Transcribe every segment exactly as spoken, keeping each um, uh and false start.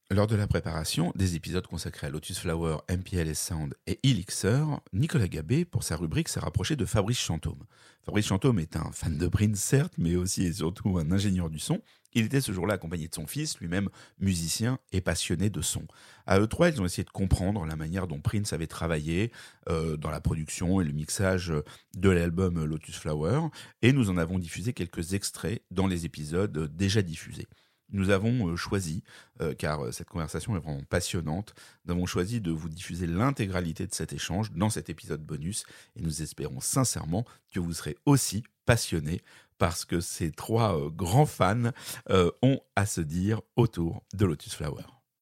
Lors de la préparation des épisodes consacrés à Lotus Flower, M P L S Sound et Elixir, Nicolas Gabé, pour sa rubrique, s'est rapproché de Fabrice Chantôme. Fabrice Chantôme est un fan de Prince, certes, mais aussi et surtout un ingénieur du son. Il était ce jour-là accompagné de son fils, lui-même musicien et passionné de son. À eux trois, ils ont essayé de comprendre la manière dont Prince avait travaillé euh, dans la production et le mixage de l'album Lotus Flower, et nous en avons diffusé quelques extraits dans les épisodes déjà diffusés. Nous avons euh, choisi, euh, car euh, cette conversation est vraiment passionnante, nous avons choisi de vous diffuser l'intégralité de cet échange dans cet épisode bonus et nous espérons sincèrement que vous serez aussi passionnés parce que ces trois euh, grands fans euh, ont à se dire autour de Lotus Flower.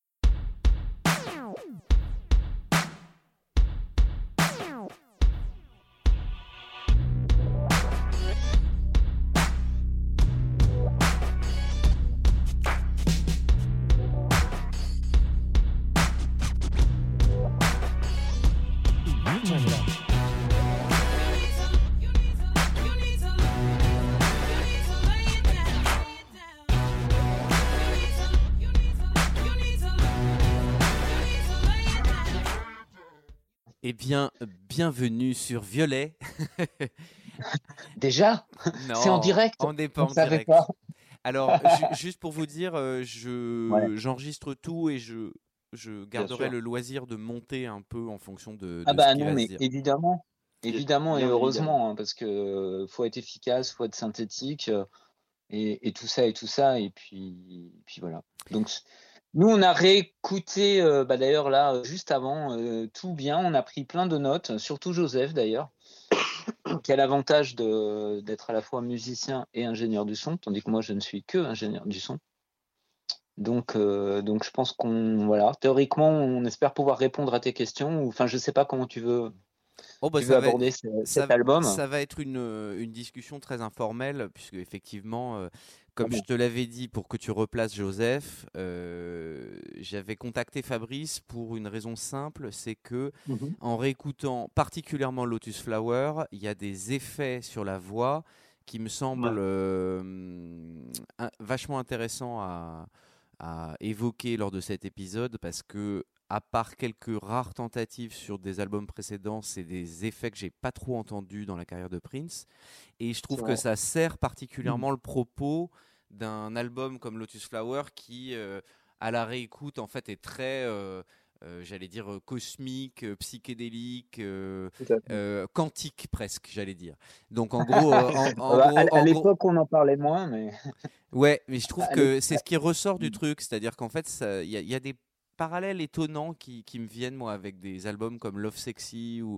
Eh bien, bienvenue sur Violet. Déjà Non, C'est en direct on n'est pas On en savait direct. pas. Alors, ju- juste pour vous dire, euh, je Ouais. j'enregistre tout et je je garderai sûr. le loisir de monter un peu en fonction de, Ah de ce bah qui non, va se mais dire. évidemment, évidemment et Bien heureusement, hein, parce que euh, faut être efficace, faut être synthétique euh, et, et tout ça et tout ça et puis, et puis voilà. Donc c- nous on a réécouté, euh, bah, d'ailleurs là euh, juste avant, euh, tout bien, on a pris plein de notes, surtout Joseph d'ailleurs, qui a l'avantage de d'être à la fois musicien et ingénieur du son, tandis que moi je ne suis que ingénieur du son. Donc, euh, donc je pense qu'on voilà, théoriquement, on espère pouvoir répondre à tes questions. Ou enfin, je sais pas comment tu veux, Oh bah tu veux ça va, aborder ce- ça, cet album. ça va être une, euh, une discussion très informelle, puisque effectivement, euh, comme Ah je bon. te l'avais dit, pour que tu replaces Joseph, euh, j'avais contacté Fabrice pour une raison simple, c'est que Mhm. en réécoutant particulièrement Lotus Flower, il y a des effets sur la voix qui me semblent Ouais. euh, un- vachement intéressants à, à évoquer lors de cet épisode, parce que à part quelques rares tentatives sur des albums précédents, c'est des effets que j'ai pas trop entendus dans la carrière de Prince. Et je trouve C'est que vrai. ça sert particulièrement le propos d'un album comme Lotus Flower qui, euh, à la réécoute, en fait, est très, euh, euh, j'allais dire, euh, cosmique, euh, psychédélique, euh, Tout à fait. euh, quantique presque, j'allais dire. Donc en gros, euh, en, Ah en bah, gros, à, à en gros, l'époque, on en parlait moins, mais ouais, mais je trouve à que l'é- c'est ce qui ressort du Mm. truc, c'est-à-dire qu'en fait, ça- il y, a- il y a des parallèles étonnants qui, qui me viennent, moi, avec des albums comme Love Sexy ou,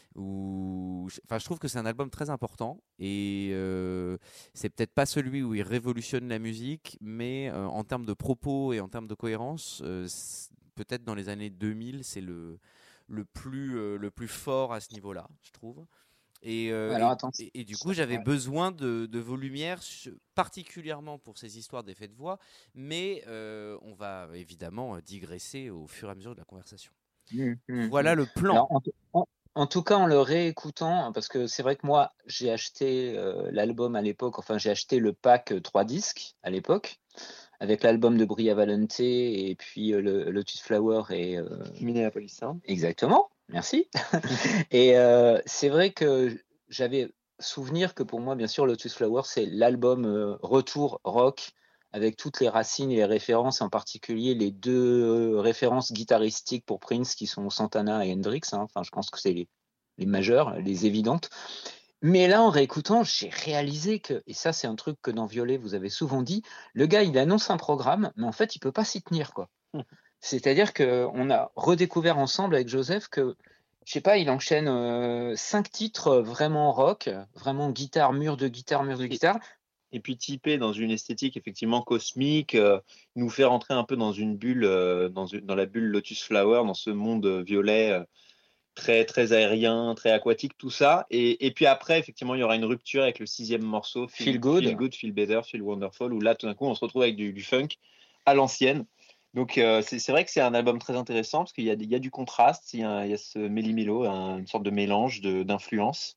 ou... Enfin, je trouve que c'est un album très important et euh, c'est peut-être pas celui où il révolutionne la musique, mais euh, en termes de propos et en termes de cohérence, euh, c'est- peut-être dans les années deux mille, c'est le, le plus, euh, le plus fort à ce niveau-là, je trouve. Et, euh, alors et, attends. et- et du coup, j'avais Ouais. besoin de, de vos lumières, su- particulièrement pour ces histoires d'effets de voix, mais euh, on va évidemment digresser au fur et à mesure de la conversation. Mm, mm, Voilà mm. le plan. Alors, en, tout- en- en tout cas, en le réécoutant, parce que c'est vrai que moi, j'ai acheté euh, l'album à l'époque, enfin, j'ai acheté le pack euh, trois disques à l'époque, avec l'album de Bria Valente et puis euh, le Lotus Flower et euh, Minneapolis Sound. exactement, merci. Et euh, c'est vrai que j'avais souvenir que pour moi, bien sûr, Lotus Flower, c'est l'album euh, retour rock avec toutes les racines et les références, en particulier les deux euh, références guitaristiques pour Prince qui sont Santana et Hendrix. Hein. Enfin, je pense que c'est les, les majeures, les évidentes. Mais là, en réécoutant, j'ai réalisé que, et ça, c'est un truc que dans Violet, vous avez souvent dit, le gars, il annonce un programme, mais en fait, il peut pas s'y tenir, quoi. C'est-à-dire qu'on a redécouvert ensemble avec Joseph que, je sais pas, il enchaîne euh, cinq titres vraiment rock, vraiment guitare, mur de guitare, mur de guitare. Et puis typé dans une esthétique effectivement cosmique, euh, nous fait rentrer un peu dans une bulle, euh, dans, une- dans la bulle Lotus Flower, dans ce monde euh, violet euh, très, très aérien, très aquatique, tout ça. Et, et puis après, effectivement, il y aura une rupture avec le sixième morceau, Feel Good. Feel Good, Feel Better, Feel Wonderful, où là, tout d'un coup, on se retrouve avec du, du funk à l'ancienne. Donc euh, c'est c'est vrai que c'est un album très intéressant parce qu'il y a, des- il y a du contraste, il y a, il y a ce méli-mélo, un- une sorte de mélange de- d'influences.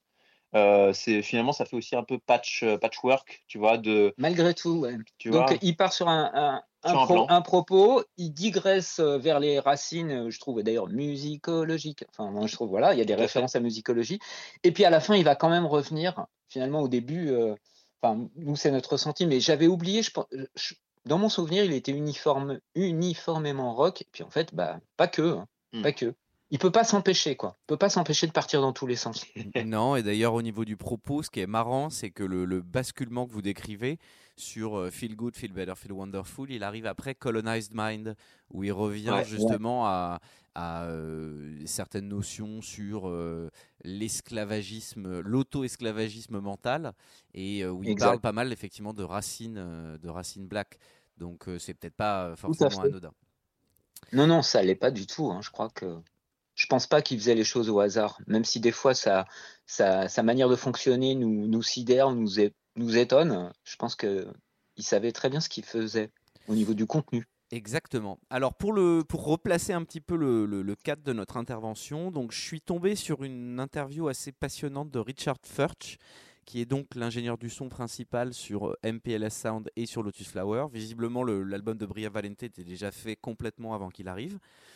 Euh, c'est finalement ça fait aussi un peu patch patchwork, tu vois, de Malgré tout, ouais. tu Donc vois, il part sur un, un, un, sur un pro- plan. un propos, il digresse euh, vers les racines, euh, je trouve d'ailleurs musicologiques. Enfin, moi je trouve, voilà, il y a des Tout à fait. références à musicologie. Et puis à la fin, il va quand même revenir, finalement au début, euh, enfin, nous c'est notre ressenti, mais j'avais oublié, je, pen- je- dans mon souvenir, il était uniforme, uniformément rock. Et puis en fait, bah, pas que, hein, Hmm. pas que. Il peut pas s'empêcher, quoi. Il peut pas s'empêcher de partir dans tous les sens. Non, et d'ailleurs au niveau du propos, ce qui est marrant, c'est que le, le basculement que vous décrivez sur euh, Feel Good, Feel Better, Feel Wonderful, il arrive après Colonized Mind, où il revient Ouais. justement à, à, euh, certaines notions sur euh, l'esclavagisme, l'auto-esclavagisme mental, et euh, où il Exact. parle pas mal effectivement de racines, euh, de racines black. Donc euh, c'est peut-être pas euh, Tout à forcément fait. anodin. Non, non, ça l'est pas du tout, hein. Je crois que je pense pas qu'il faisait les choses au hasard, même si des fois sa, sa, sa manière de fonctionner nous, nous sidère, nous, é- nous étonne. Je pense que il savait très bien ce qu'il faisait au niveau du contenu. Exactement. Alors pour, le, pour replacer un petit peu le, le- le cadre de notre intervention, donc je suis tombé sur une interview assez passionnante de Richard Furch, qui est donc l'ingénieur du son principal sur euh, M P L S Sound et sur Lotus Flower. Visiblement, le- l'album de Bria Valente était déjà fait complètement avant qu'il arrive.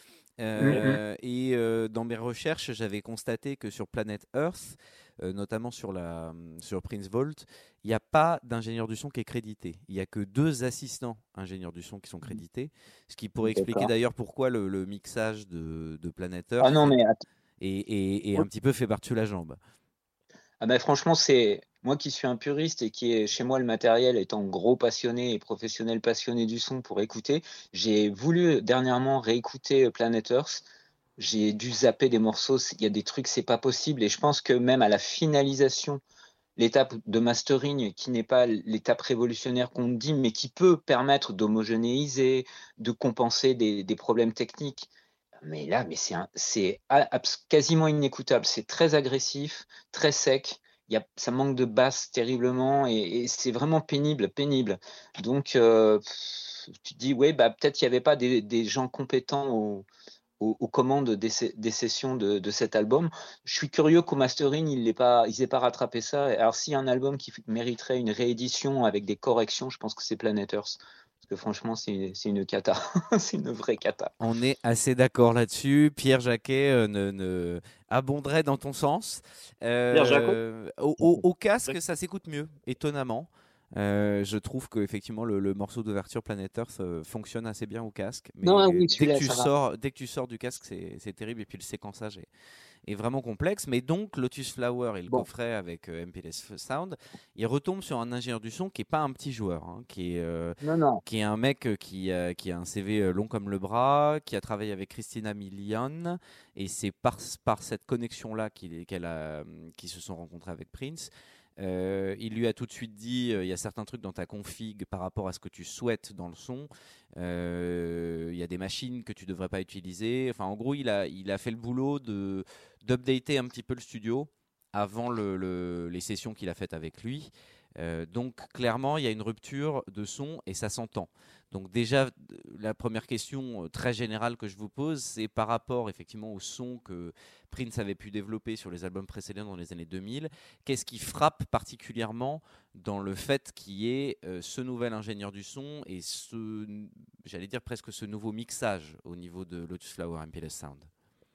Euh, et euh, dans mes recherches, j'avais constaté que sur Planet Earth, euh, notamment sur, la, sur Prince Vault, il n'y a pas d'ingénieur du son qui est crédité. Il n'y a que deux assistants ingénieurs du son qui sont crédités, ce qui pourrait expliquer D'accord. d'ailleurs pourquoi le, le mixage de, de Planet Ah Earth non, est, mais att- est- est- est un petit peu fait par-dessus la jambe. ah ben, franchement, c'est moi qui suis un puriste et qui est chez moi le matériel étant gros passionné et professionnel passionné du son pour écouter. J'ai voulu dernièrement réécouter Planet Earth. J'ai dû zapper des morceaux. Il y a des trucs, c'est pas possible. Et je pense que même à la finalisation, l'étape de mastering, qui n'est pas l'étape révolutionnaire qu'on dit, mais qui peut permettre d'homogénéiser, de compenser des, des problèmes techniques. Mais là, mais c'est un- c'est a- abs- quasiment inécoutable. C'est très agressif, très sec. Il y a, ça manque de basse terriblement et, et c'est vraiment pénible, pénible. Donc, euh, pff, tu te dis, ouais, bah, peut-être qu'il n'y avait pas des, des gens compétents au, aux, aux commandes des, des sessions de, de, cet album. Je suis curieux qu'au mastering, ils n'aient pas, ils aient pas rattrapé ça. Alors, s'il y a un album qui mériterait une réédition avec des corrections, je pense que c'est Planet Earth. Parce que franchement, c'est c'est une cata. C'est une vraie cata. On est assez d'accord là-dessus. Pierre Jacquet euh, ne, ne abonderait dans ton sens. Pierre Jacot. Euh, au, au- au casque, ça s'écoute mieux, étonnamment. Euh, je trouve que effectivement le, le morceau d'ouverture Planet Earth euh, fonctionne assez bien au casque, mais Non, ah oui, dès que celui-là, tu ça va. sors, dès que tu sors du casque, c'est c'est terrible et puis le séquençage est, est vraiment complexe. Mais donc Lotus Flower et le Bon. coffret avec euh, M P L S Sound, il retombe sur un ingénieur du son qui est pas un petit joueur, hein, qui est euh, Non, non. qui est un mec euh, qui, a- qui a un C V euh, long comme le bras, qui a travaillé avec Christina Milian, et c'est par, par cette connexion-là qu'il- qu'elle a, qu'ils se sont rencontrés avec Prince. Euh, il lui a tout de suite dit, euh, il y a certains trucs dans ta config par rapport à ce que tu souhaites dans le son. Euh, Il y a des machines que tu devrais pas utiliser. Enfin, en gros, il a, il a fait le boulot de d'updater un petit peu le studio avant le- le- les sessions qu'il a faites avec lui. Euh, donc clairement, il y a une rupture de son et ça s'entend. Donc déjà, la première question euh, très générale que je vous pose, c'est par rapport effectivement au son que Prince avait pu développer sur les albums précédents dans les années deux mille. Qu'est-ce qui frappe particulièrement dans le fait qu'il y ait euh, ce nouvel ingénieur du son et ce, j'allais dire presque ce nouveau mixage au niveau de Lotus Flower M P L S Sound?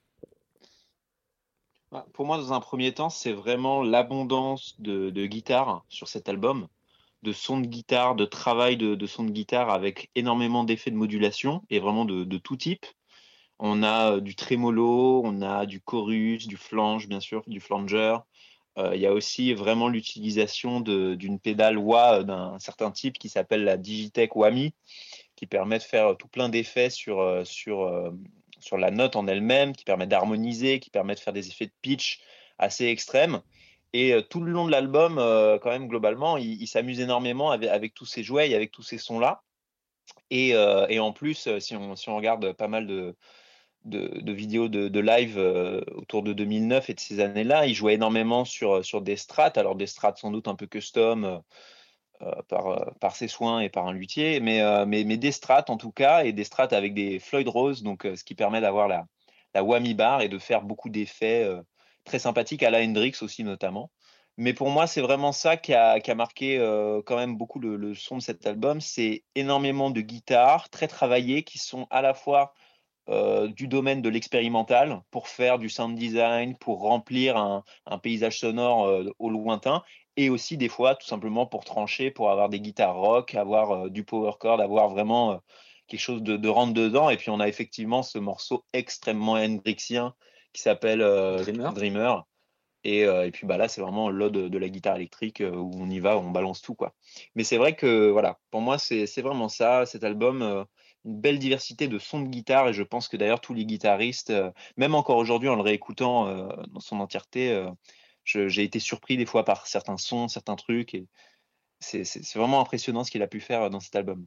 Bah, Pour moi, dans un premier temps, c'est vraiment l'abondance de, de guitare sur cet album, de sons de guitare, de travail de, de sons de guitare avec énormément d'effets de modulation et vraiment de, de tout type. On a euh, du trémolo, on a du chorus, du flange, bien sûr, du flanger. Euh, Il y a aussi vraiment l'utilisation de- d'une pédale wah d'un certain type qui s'appelle la Digitech Whammy, qui permet de faire tout plein d'effets sur, euh, sur, euh, sur la note en elle-même, qui permet d'harmoniser, qui permet de faire des effets de pitch assez extrêmes. Et euh, tout le long de l'album, euh, quand même, globalement, il, il s'amuse énormément avec, avec tous ces jouets et avec tous ces sons-là. Et, euh, et en plus, euh, si on, si on regarde pas mal de, de, de vidéos de, de live euh, autour de deux mille neuf et de ces années-là, il jouait énormément sur, sur des strats, alors des strats sans doute un peu custom, euh, euh, par, euh, par ses soins et par un luthier, mais, euh, mais, mais des strats en tout cas, et des strats avec des Floyd Rose, donc euh, ce qui permet d'avoir la, la whammy bar et de faire beaucoup d'effets euh, très sympathiques à la Hendrix aussi notamment. Mais pour moi, c'est vraiment ça qui a, qui a marqué euh, quand même beaucoup le, le son de cet album. C'est énormément de guitares très travaillées qui sont à la fois euh, du domaine de l'expérimental pour faire du sound design, pour remplir un, un paysage sonore euh, au lointain, et aussi des fois tout simplement pour trancher, pour avoir des guitares rock, avoir euh, du power chord, avoir vraiment euh, quelque chose de, de rentre dedans. Et puis on a effectivement ce morceau extrêmement hendrixien qui s'appelle euh, Dreamer. Dreamer. Et, euh, et puis bah là, c'est vraiment l'ode de, de la guitare électrique euh, où on y va, on balance tout, quoi. Mais c'est vrai que voilà, pour moi, c'est c'est vraiment ça, cet album, euh, une belle diversité de sons de guitare. Et je pense que d'ailleurs, tous les guitaristes, euh, même encore aujourd'hui, en le réécoutant euh, dans son entièreté, euh, je- j'ai été surpris des fois par certains sons, certains trucs. Et c'est c'est- c'est vraiment impressionnant ce qu'il a pu faire dans cet album.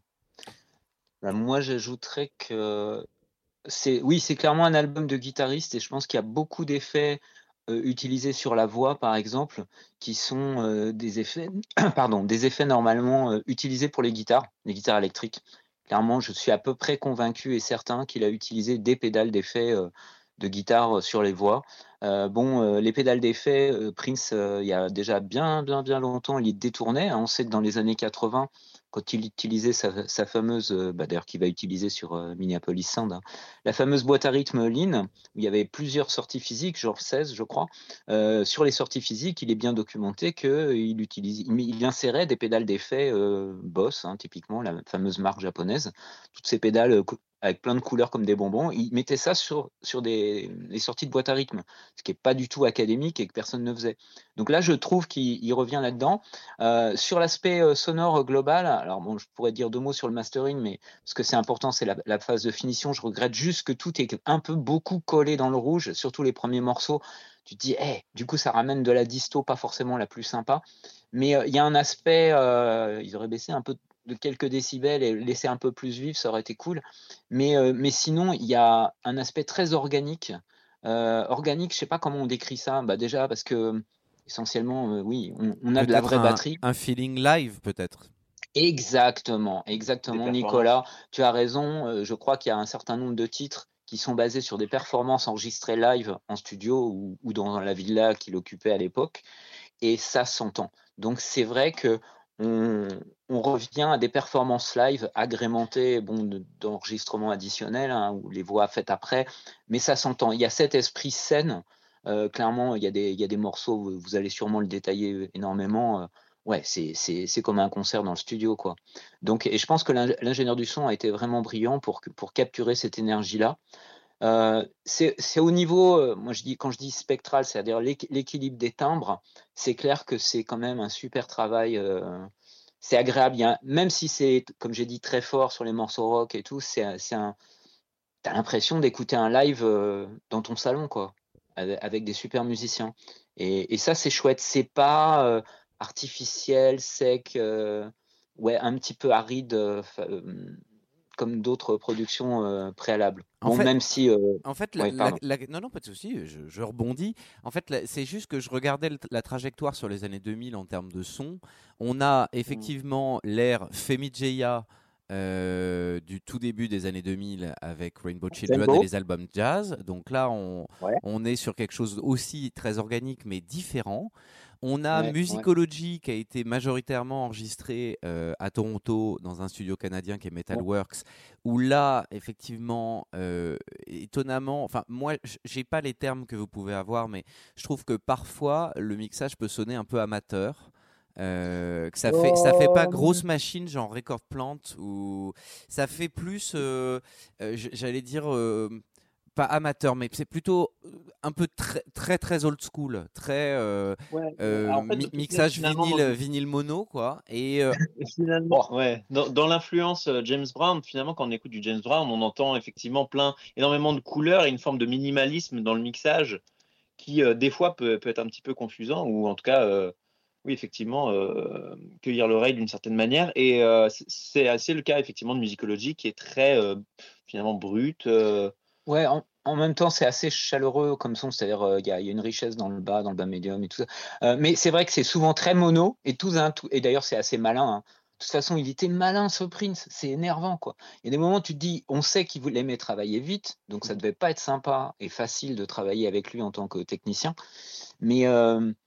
Bah, moi, j'ajouterais que c'est, oui, c'est clairement un album de guitariste et je pense qu'il y a beaucoup d'effets euh, utilisés sur la voix, par exemple, qui sont euh, des effets, pardon, des effets normalement euh, utilisés pour les guitares, les guitares électriques. Clairement, je suis à peu près convaincu et certain qu'il a utilisé des pédales d'effets euh, de guitare sur les voix. Euh, bon, euh, les pédales d'effets, euh, Prince, euh, il y a déjà bien, bien, bien longtemps, il les détournait, hein. On sait que dans les années quatre-vingts, quand il utilisait sa, sa fameuse, euh, bah, d'ailleurs qu'il va utiliser sur euh, Minneapolis Sound, hein, la fameuse boîte à rythme Lean, où il y avait plusieurs sorties physiques, genre seize, je crois. Euh, sur les sorties physiques, il est bien documenté qu'il utilise, il insérait des pédales d'effet euh, Boss, hein, typiquement la fameuse marque japonaise. Toutes ces pédales euh, avec plein de couleurs comme des bonbons, il mettait ça sur, sur des, les sorties de boîte à rythme, ce qui n'est pas du tout académique et que personne ne faisait. Donc là, je trouve qu'il il revient là-dedans. Euh, sur l'aspect euh, sonore global, alors bon, je pourrais dire deux mots sur le mastering, mais ce que c'est important, c'est la, la phase de finition. Je regrette juste que tout est un peu beaucoup collé dans le rouge, surtout les premiers morceaux. Tu te dis, hey, du coup, ça ramène de la disto, pas forcément la plus sympa. Mais il euh, y a un aspect, euh, ils auraient baissé un peu de quelques décibels et laissé un peu plus vif, ça aurait été cool. Mais, euh, mais sinon, il y a un aspect très organique. Euh, organique, je sais pas comment on décrit ça. Bah déjà, parce que essentiellement, euh, oui, on, on a de la Peut-être vraie un, batterie. un feeling live, peut-être. Exactement, Des exactement, performances. Nicolas. Tu as raison. euh, Je crois qu'il y a un certain nombre de titres qui sont basés sur des performances enregistrées live en studio ou, ou dans la villa qu'il occupait à l'époque, et ça s'entend. Donc c'est vrai que on, on revient à des performances live agrémentées, bon, de- d'enregistrements additionnels, hein, ou les voix faites après, mais ça s'entend. Il y a cet esprit scène. Euh, clairement, il y a des, il y a des morceaux, vous, vous allez sûrement le détailler énormément. euh, ouais, c'est, c'est, c'est comme un concert dans le studio, quoi. Donc, et je pense que l'ing- l'ingénieur du son a été vraiment brillant pour, que- pour capturer cette énergie-là. Euh, c'est c'est au niveau, euh, moi je dis, quand je dis spectral, c'est-à-dire l'équ- l'équilibre des timbres, c'est clair que c'est quand même un super travail. euh, c'est agréable, il y a- même si c'est, comme j'ai dit, très fort sur les morceaux rock et tout, c'est c'est un, t'as l'impression d'écouter un live euh, dans ton salon, quoi, avec, avec des super musiciens. Et, et ça, c'est chouette. C'est pas euh, artificiel, sec, euh, ouais, un petit peu aride, euh, fa- euh, comme d'autres productions euh, préalables. En Bon, fait, même si, euh, En fait, la, ouais, la- pardon. la- non, non, pas de souci, je, je rebondis. En fait, la- c'est juste que je regardais le- la trajectoire sur les années deux mille en termes de son. On a Mm. effectivement l'ère Femi-Geya euh, du tout début des années deux mille avec Rainbow Children et Rainbow, les albums jazz. Donc là, on, ouais, on est sur quelque chose aussi très organique mais différent. On a ouais, ouais. Musicology qui a été majoritairement enregistré euh, à Toronto dans un studio canadien qui est Ouais. Metalworks, où là, effectivement, euh, étonnamment, enfin moi, j- j'ai pas les termes que vous pouvez avoir, mais je trouve que parfois le mixage peut sonner un peu amateur. Euh, que ça fait ça fait pas Oh. grosse machine genre Record Plant ou ça fait plus euh, euh, j- j'allais dire euh, pas amateur, mais c'est plutôt euh, un peu très très très old school, très euh, Ouais, ouais. euh, Alors, en fait, mi- de toute façon, mixage finalement, vinyle dans, vinyle mono quoi. Et euh, finalement, Oh. ouais, dans, dans l'influence euh, James Brown, finalement, quand on écoute du James Brown, on entend effectivement plein, énormément de couleurs et une forme de minimalisme dans le mixage qui, euh, des fois, peut, peut être un petit peu confusant ou en tout cas, euh, oui, effectivement, euh, cueillir l'oreille d'une certaine manière. Et euh, c'est c'est assez le cas, effectivement, de Musicology qui est très, euh, finalement, brut. euh, Ouais, en, en même temps, c'est assez chaleureux comme son, c'est-à-dire euh, il y, a, il y a une richesse dans le bas, dans le bas médium et tout ça. Euh, mais c'est vrai que c'est souvent très mono et tout d'un tout. Et d'ailleurs, c'est assez malin, hein. De toute façon, il était malin ce Prince, c'est énervant quoi. Il y a des moments où tu te dis, on sait qu'il voulait aimer travailler vite, donc ça devait pas être sympa et facile de travailler avec lui en tant que technicien. Mais euh,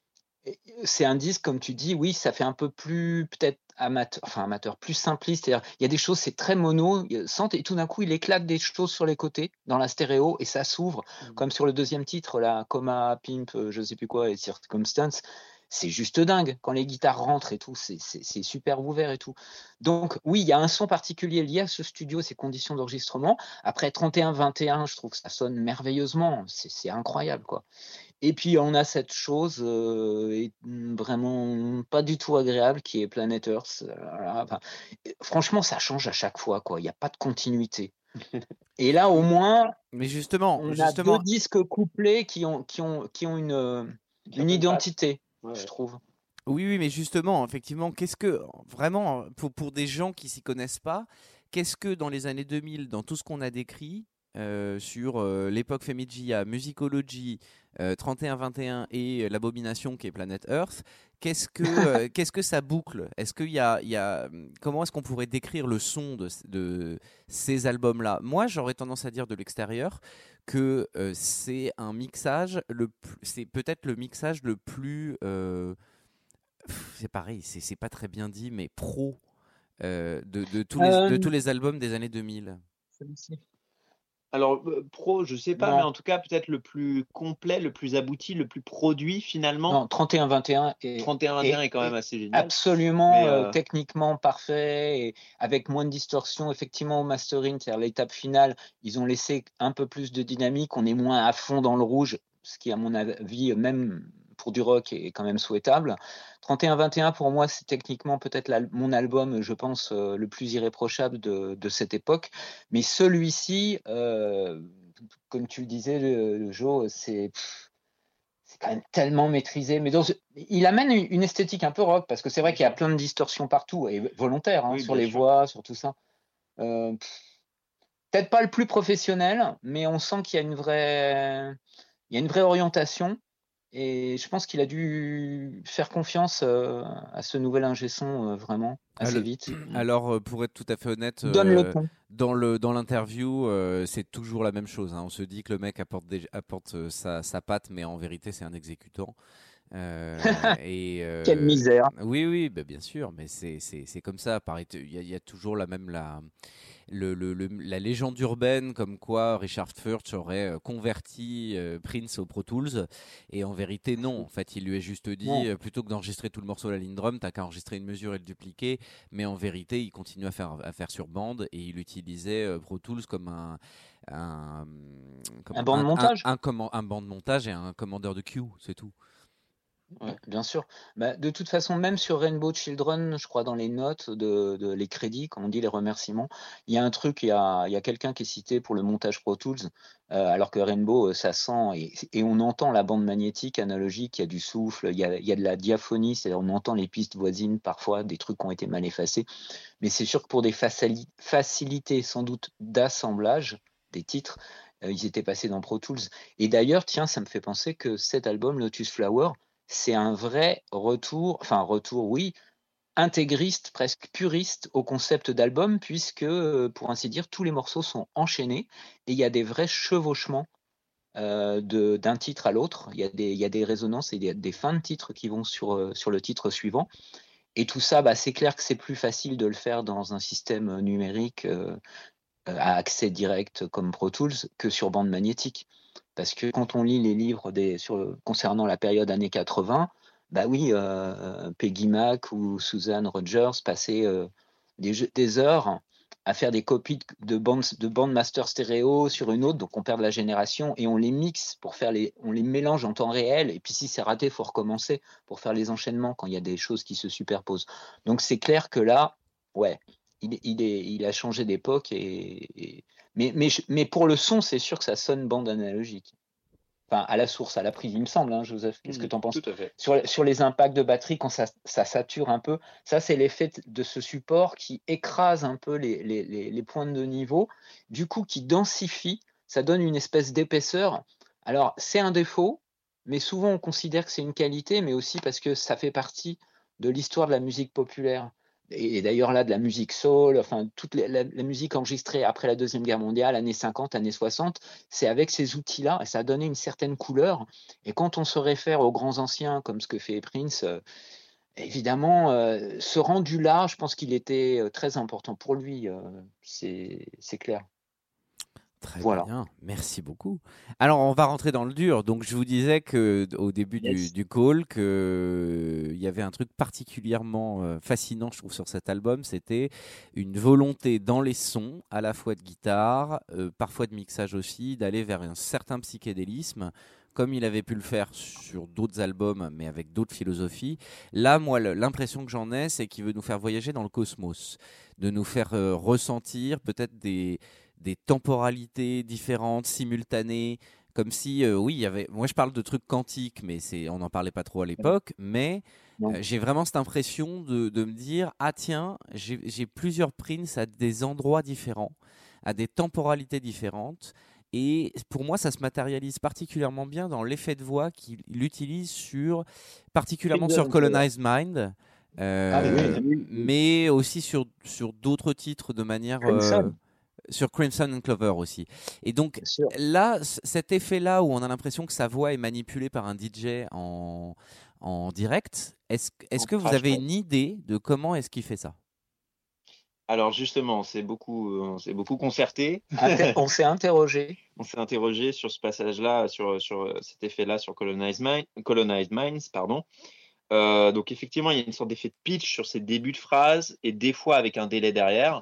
c'est un disque, comme tu dis, oui, ça fait un peu plus, peut-être amateur, enfin amateur, plus simpliste. C'est-à-dire, il y a des choses, c'est très mono, et tout d'un coup, il éclate des choses sur les côtés, dans la stéréo, et ça s'ouvre, mmh. comme sur le deuxième titre, là, Coma, Pimp, je sais plus quoi, et Circumstance. C'est juste dingue. Quand les guitares rentrent et tout, c'est, c'est, c'est super ouvert et tout. Donc, oui, il y a un son particulier lié à ce studio, ces conditions d'enregistrement. Après, trente et un vingt et un, je trouve que ça sonne merveilleusement. C'est, c'est incroyable, quoi. Et puis, on a cette chose euh, vraiment pas du tout agréable qui est Planet Earth. Voilà. Enfin, franchement, ça change à chaque fois, quoi. Il n'y a pas de continuité. Et là, au moins, mais justement, on justement... a deux disques couplés qui ont, qui ont, qui ont une, une identité, ouais. je trouve. Oui, oui, mais justement, effectivement, qu'est-ce que, vraiment, pour, pour des gens qui s'y connaissent pas, qu'est-ce que dans les années deux mille, dans tout ce qu'on a décrit, Euh, sur euh, l'époque Femigia, Musicology, euh, trente et un vingt et un et l'abomination qui est Planet Earth, qu'est-ce que, euh, qu'est-ce que ça boucle? Est-ce qu'il y a, il y a, comment est-ce qu'on pourrait décrire le son de, de ces albums-là? Moi, j'aurais tendance à dire de l'extérieur que euh, c'est un mixage, le, c'est peut-être le mixage le plus, euh, c'est pareil, c'est, c'est pas très bien dit, mais pro euh, de, de, tous les, euh... de tous les albums des années deux mille. Alors, euh, pro, je sais pas, non. mais en tout cas, peut-être le plus complet, le plus abouti, le plus produit finalement. Non, trente et un vingt et un est, trente et un vingt et un est, est quand même assez génial. Absolument mais, euh... techniquement parfait et avec moins de distorsion. Effectivement, au mastering, c'est-à-dire l'étape finale, ils ont laissé un peu plus de dynamique. On est moins à fond dans le rouge, ce qui, à mon avis, même pour du rock, est quand même souhaitable. trente et un vingt et un, pour moi, c'est techniquement peut-être la, mon album, je pense, euh, le plus irréprochable de, de cette époque. Mais celui-ci, euh, comme tu le disais, le, le Joe, c'est, c'est quand même tellement maîtrisé. Mais dans, il amène une, une esthétique un peu rock, parce que c'est vrai qu'il y a plein de distorsions partout, et volontaires, hein, oui, sur les sûr. voix, sur tout ça. Euh, peut-être pas le plus professionnel, mais on sent qu'il y a une vraie, il y a une vraie orientation. Et je pense qu'il a dû faire confiance euh, à ce nouvel ingé son euh, vraiment assez alors, vite. Alors, pour être tout à fait honnête, Donne euh, le ton. Dans, le, dans l'interview, euh, c'est toujours la même chose. Hein. On se dit que le mec apporte, des, apporte euh, sa, sa patte, mais en vérité, c'est un exécutant. Euh, et, euh, Quelle misère. Oui, oui, bah, bien sûr, mais c'est, c'est, c'est comme ça. Il y, y a toujours la même... La, Le, le, le, la légende urbaine comme quoi Richard Furch aurait euh, converti euh, Prince au Pro Tools, et en vérité non, en fait il lui a juste dit euh, plutôt que d'enregistrer tout le morceau à la ligne drum, t'as qu'à enregistrer une mesure et le dupliquer, mais en vérité il continue à faire, à faire sur bande, et il utilisait euh, Pro Tools comme un un, comme un banc de montage un, un, un, un banc de montage et un commandeur de queue, c'est tout. Ouais, bien sûr. Bah, de toute façon, même sur Rainbow Children, je crois dans les notes, de, de les crédits, quand on dit les remerciements, il y a un truc, il y a, il y a quelqu'un qui est cité pour le montage Pro Tools, euh, alors que Rainbow, ça sent, et, et on entend la bande magnétique analogique, il y a du souffle, il y a, il y a de la diaphonie, c'est-à-dire on entend les pistes voisines, parfois des trucs qui ont été mal effacés, mais c'est sûr que pour des facili- facilités sans doute d'assemblage des titres, euh, ils étaient passés dans Pro Tools. Et d'ailleurs, tiens, ça me fait penser que cet album, Lotus Flower, c'est un vrai retour, enfin retour, oui, intégriste, presque puriste au concept d'album, puisque, pour ainsi dire, tous les morceaux sont enchaînés et il y a des vrais chevauchements euh, de, d'un titre à l'autre. Il y a des, il y a des résonances et des, des fins de titres qui vont sur, sur le titre suivant. Et tout ça, bah, c'est clair que c'est plus facile de le faire dans un système numérique euh, à accès direct comme Pro Tools que sur bande magnétique. Parce que quand on lit les livres des, sur, concernant la période années quatre-vingts, bah oui, euh, Peggy Mac ou Susan Rogers passaient euh, des, des heures à faire des copies de bandes de bande master stéréo sur une autre, donc on perd de la génération et on les mixe pour faire les, on les mélange en temps réel. Et puis si c'est raté, il faut recommencer pour faire les enchaînements quand il y a des choses qui se superposent. Donc c'est clair que là, ouais, il, il, est, il a changé d'époque et, et Mais, mais, mais pour le son, c'est sûr que ça sonne bande analogique. Enfin, à la source, à la prise, il me semble, hein, Joseph. Qu'est-ce mmh, que tu en penses? Tout à fait. Sur, sur les impacts de batterie, quand ça, ça sature un peu, ça, c'est l'effet de ce support qui écrase un peu les, les, les, les pointes de niveau, du coup, qui densifie, ça donne une espèce d'épaisseur. Alors, c'est un défaut, mais souvent, on considère que c'est une qualité, mais aussi parce que ça fait partie de l'histoire de la musique populaire. et, et d'ailleurs là de la musique soul, enfin toute la, la, la musique enregistrée après la Deuxième Guerre mondiale, années cinquante, années soixante, c'est avec ces outils-là et ça a donné une certaine couleur. Et quand on se réfère aux grands anciens comme ce que fait Prince, euh, évidemment, euh, ce rendu-là, je pense qu'il était euh, très important pour lui, euh, c'est c'est clair. Très Voilà. bien, merci beaucoup. Alors, on va rentrer dans le dur. Donc, je vous disais que au début du, Yes. du call qu'il y avait un truc particulièrement euh, fascinant, je trouve, sur cet album. C'était une volonté dans les sons, à la fois de guitare, euh, parfois de mixage aussi, d'aller vers un certain psychédélisme, comme il avait pu le faire sur d'autres albums, mais avec d'autres philosophies. Là, moi, le- l'impression que j'en ai, c'est qu'il veut nous faire voyager dans le cosmos, de nous faire euh, ressentir peut-être des des temporalités différentes, simultanées, comme si, euh, oui, il y avait. Moi, je parle de trucs quantiques, mais c'est, on n'en parlait pas trop à l'époque. Mais Non. euh, j'ai vraiment cette impression de, de me dire, ah tiens, j'ai j'ai plusieurs Prince à des endroits différents, à des temporalités différentes. Et pour moi, ça se matérialise particulièrement bien dans l'effet de voix qu'il utilise sur, particulièrement sur Colonized Mind, Ah oui, euh, oui, oui. mais aussi sur, sur d'autres titres de manière. euh, Crimson, sur Crimson and Clover aussi. Et donc bien sûr. là, c- cet effet-là où on a l'impression que sa voix est manipulée par un D J en, en direct, est-ce est-ce En que vous crash, avez ouais. une idée de comment est-ce qu'il fait ça? Alors justement, c'est beaucoup, on s'est beaucoup concerté. Inter- on s'est interrogé. On s'est interrogé sur ce passage-là, sur, sur cet effet-là sur Colonized, Mind, Colonized Minds, pardon. Euh, donc effectivement, il y a une sorte d'effet de pitch sur ces débuts de phrases et des fois avec un délai derrière.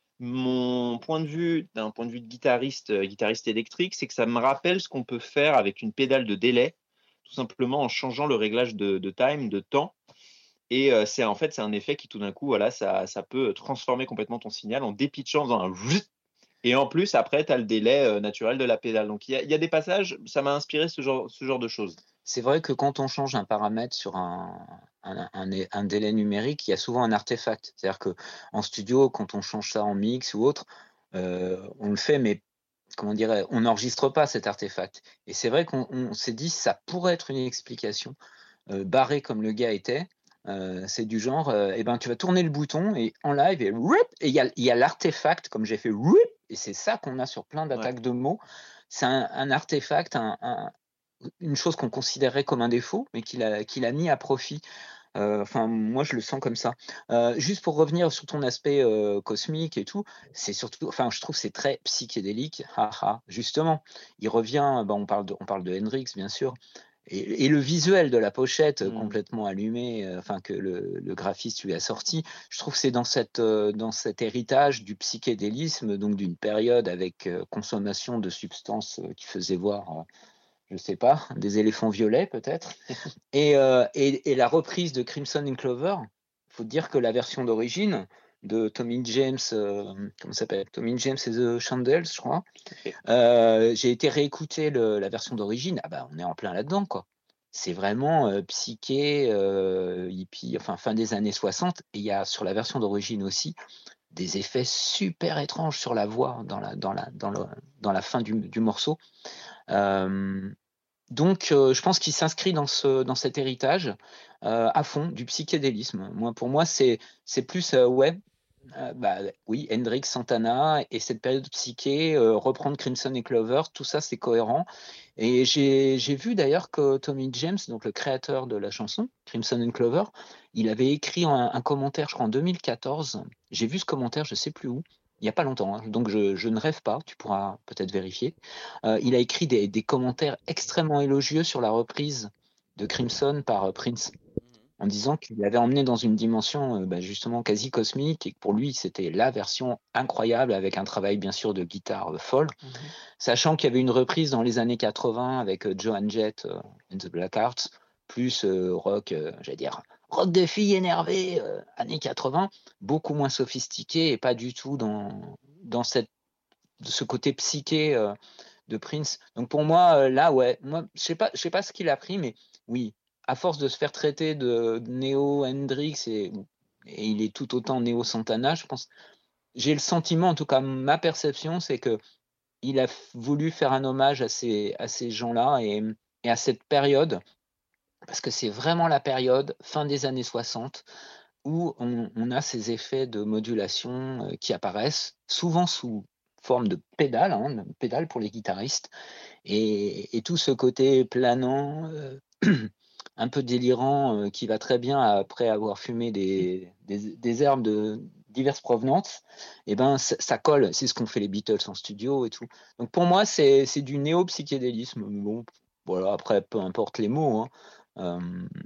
Mon point de vue, d'un point de vue de guitariste, euh, guitariste électrique, c'est que ça me rappelle ce qu'on peut faire avec une pédale de délai, tout simplement en changeant le réglage de, de time, de temps. Et euh, c'est en fait c'est un effet qui tout d'un coup, voilà, ça, ça peut transformer complètement ton signal en dépitchant en faisant un zut. Et en plus, après, tu as le délai euh, naturel de la pédale. Donc il y, a- il y a des passages, ça m'a inspiré ce genre, ce genre de choses. C'est vrai que quand on change un paramètre sur un, un, un- un délai numérique, il y a souvent un artefact. C'est-à-dire que en studio, quand on change ça en mix ou autre, euh, on le fait, mais comment dirais, on n'enregistre pas cet artefact. Et c'est vrai qu'on on s'est dit ça pourrait être une explication. Euh, barré comme le gars était, euh, c'est du genre, euh, eh ben tu vas tourner le bouton et en live et rip, et il y a, il y a l'artefact comme j'ai fait rip, et c'est ça qu'on a sur plein d'attaques Ouais. de mots. C'est un, un artefact, un, un, une chose qu'on considérait comme un défaut, mais qu'il a, qu'il a mis à profit. Euh, Enfin, moi, je le sens comme ça. Euh, juste pour revenir sur ton aspect euh, cosmique et tout, c'est surtout, enfin, je trouve que c'est très psychédélique. Haha, justement, il revient. Bah, on parle de, on parle de Hendrix, bien sûr, et, et le visuel de la pochette euh, Mm. complètement allumé, euh, enfin que le, le graphiste lui a sorti. Je trouve que c'est dans cette, euh, dans cet héritage du psychédélisme, donc d'une période avec euh, consommation de substances euh, qui faisaient voir. Euh, je sais pas, des éléphants violets peut-être. Et, euh, et, et la reprise de Crimson and Clover, il faut dire que la version d'origine de Tommy James, euh, comment ça s'appelle, Tommy James et The Chandels, je crois. Ok. Euh, j'ai été réécouter le, la version d'origine. Ah bah, on est en plein là-dedans, quoi. C'est vraiment euh, psyché, euh, hippie, enfin fin des années soixante. Et il y a sur la version d'origine aussi des effets super étranges sur la voix dans la, dans la, dans le, dans la fin du, du morceau. Euh, donc, euh, je pense qu'il s'inscrit dans, ce, dans cet héritage euh, à fond du psychédélisme. Moi, pour moi, c'est, c'est plus, euh, ouais, euh, bah, oui, Hendrix, Santana et cette période psyché, euh, reprendre Crimson et Clover, tout ça, c'est cohérent. Et j'ai, j'ai vu d'ailleurs que Tommy James, donc le créateur de la chanson, Crimson and Clover, il avait écrit un, un commentaire, je crois, en deux mille quatorze. J'ai vu ce commentaire, je ne sais plus où. Il n'y a pas longtemps, hein, donc je, je, ne rêve pas, tu pourras peut-être vérifier. Euh, il a écrit des, des, commentaires extrêmement élogieux sur la reprise de Crimson par euh, Prince, en disant qu'il l'avait emmené dans une dimension euh, bah, justement quasi cosmique et que pour lui c'était la version incroyable avec un travail bien sûr de guitare euh, folle, mm-hmm. Sachant qu'il y avait une reprise dans les années quatre-vingts avec euh, Joan Jett euh, and the Blackhearts, plus euh, rock, euh, j'allais dire rock de filles énervées, euh, années quatre-vingts, beaucoup moins sophistiqué et pas du tout dans, dans cette, ce côté psyché euh, de Prince. Donc pour moi, euh, là, ouais, moi, je sais pas, je sais pas ce qu'il a pris, mais oui, à force de se faire traiter de néo Hendrix et, et il est tout autant néo Santana, je pense. J'ai le sentiment, en tout cas, ma perception, c'est que il a voulu faire un hommage à ces, à ces gens-là et, et à cette période, parce que c'est vraiment la période fin des années soixante où on, on a ces effets de modulation euh, qui apparaissent souvent sous forme de pédale, hein, de pédale pour les guitaristes, et, et tout ce côté planant, euh, un peu délirant, euh, qui va très bien après avoir fumé des, des, des herbes de diverses provenances, et ben ça, ça colle. C'est ce qu'ont fait les Beatles en studio et tout. Donc pour moi, c'est c'est du néo-psychédélisme. Bon, voilà, après, peu importe les mots, hein. Euh,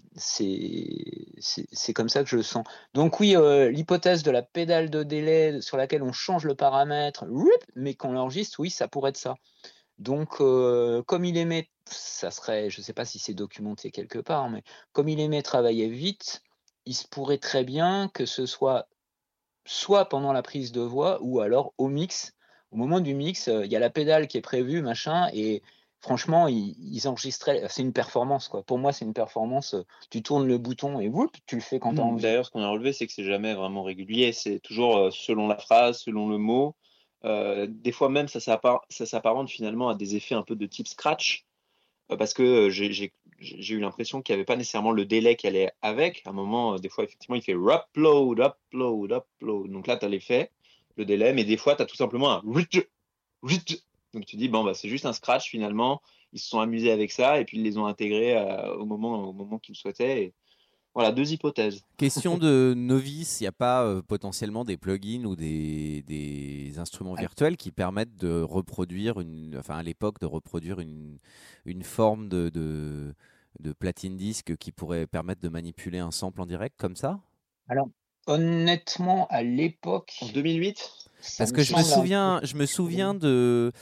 c'est c'est- c'est comme ça que je le sens. Donc oui, euh, l'hypothèse de la pédale de délai sur laquelle on change le paramètre, whoop, mais qu'on l'enregistre, oui, ça pourrait être ça. Donc, euh, comme il aimait, ça serait, je ne sais pas si c'est documenté quelque part, mais comme il aimait travailler vite, il se pourrait très bien que ce soit soit pendant la prise de voix ou alors au mix. Au moment du mix, euh, il y a la pédale qui est prévue, machin, et franchement, ils, ils enregistraient. C'est une performance, quoi. Pour moi, c'est une performance. euh, Tu tournes le bouton et whoop, tu le fais quand tu as Hmm, envie. D'ailleurs, ce qu'on a relevé, c'est que c'est jamais vraiment régulier. C'est toujours euh, selon la phrase, selon le mot. Euh, des fois même, ça s'appar- ça s'apparente finalement à des effets un peu de type scratch, euh, parce que euh, j'ai j'ai- j'ai eu l'impression qu'il n'y avait pas nécessairement le délai qui allait avec. À un moment, euh, des fois, effectivement, il fait upload, upload, upload. Donc là, tu as l'effet, le délai, mais des fois, tu as tout simplement un ritch, ritch. Donc tu dis, bon, bah, c'est juste un scratch finalement. Ils se sont amusés avec ça et puis ils les ont intégrés euh, au moment, au moment qu'ils le souhaitaient. Et voilà, deux hypothèses. Question de novice, il n'y a pas euh, potentiellement des plugins ou des, des instruments virtuels qui permettent de reproduire, une, enfin à l'époque, de reproduire une, une forme de, de, de platine disque qui pourrait permettre de manipuler un sample en direct comme ça? Alors, honnêtement, à En l'époque, deux mille huit, ça Parce me que je me semble un peu. souviens, je me souviens de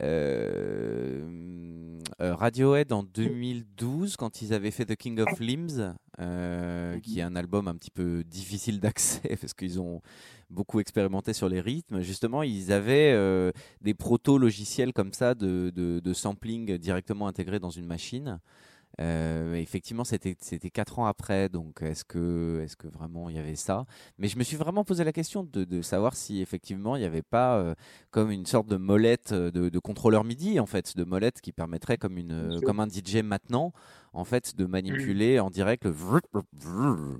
euh, euh, Radiohead en deux mille douze quand ils avaient fait The King of Limbs, euh, qui est un album un petit peu difficile d'accès parce qu'ils ont beaucoup expérimenté sur les rythmes. Justement, ils avaient euh, des proto-logiciels comme ça de, de, de sampling directement intégrés dans une machine. Euh, effectivement, c'était c'était quatre ans après, donc est-ce que est-ce que vraiment il y avait ça? Mais je me suis vraiment posé la question de, de savoir si effectivement il n'y avait pas euh, comme une sorte de molette euh, de, de contrôleur MIDI en fait, de molette qui permettrait comme une Bien euh, sûr. comme un D J maintenant en fait de manipuler en direct le vrr, vrr, vrr.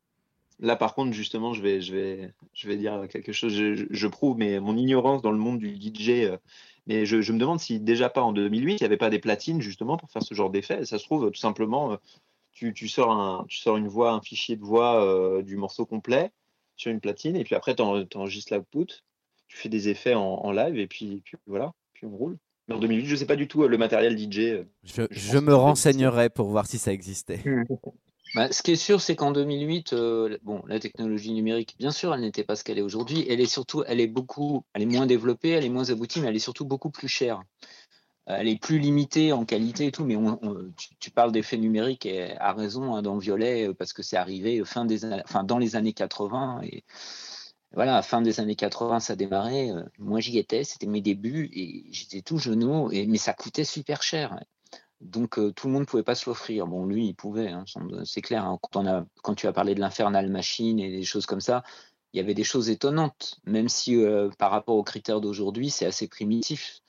là par contre, justement, je vais, je vais, je vais dire quelque chose. Je, je- je prouve mais mon ignorance dans le monde du D J. euh, mais je, je me demande si déjà pas en deux mille huit, il n'y avait pas des platines justement pour faire ce genre d'effet. Ça se trouve, tout simplement, euh, tu, tu sors un, tu sors une voix, un fichier de voix euh, du morceau complet sur une platine, et puis après, tu enregistres l'output, tu fais des effets en, en live, et puis, puis voilà, puis on roule. Mais en deux mille huit, je sais pas du tout, euh, le matériel D J, euh, Je, je je pense que me ça devait exister. renseignerai pour voir si ça existait. Mm. Bah, ce qui est sûr, c'est qu'en deux mille huit, euh, bon, la technologie numérique, bien sûr, elle n'était pas ce qu'elle est aujourd'hui. Elle est surtout, elle est beaucoup, elle est moins développée, elle est moins aboutie, mais elle est surtout beaucoup plus chère. Euh, Elle est plus limitée en qualité et tout, mais on- on- tu, tu parles d'effets numériques et à raison, hein, dans le violet, euh, parce que c'est arrivé fin des, années- enfin, dans les années quatre-vingts. Et voilà, à fin des années quatre-vingts, ça démarrait. euh, Moi, j'y étais, c'était mes débuts et j'étais tout genou, et, mais ça coûtait super cher. Donc euh, tout le monde ne pouvait pas se l'offrir. Bon, lui, il pouvait, hein, c'est clair, hein. Quand, on a, quand tu as parlé de l'Infernal Machine et des choses comme ça, il y avait des choses étonnantes, même si euh, par rapport aux critères d'aujourd'hui, c'est assez primitif.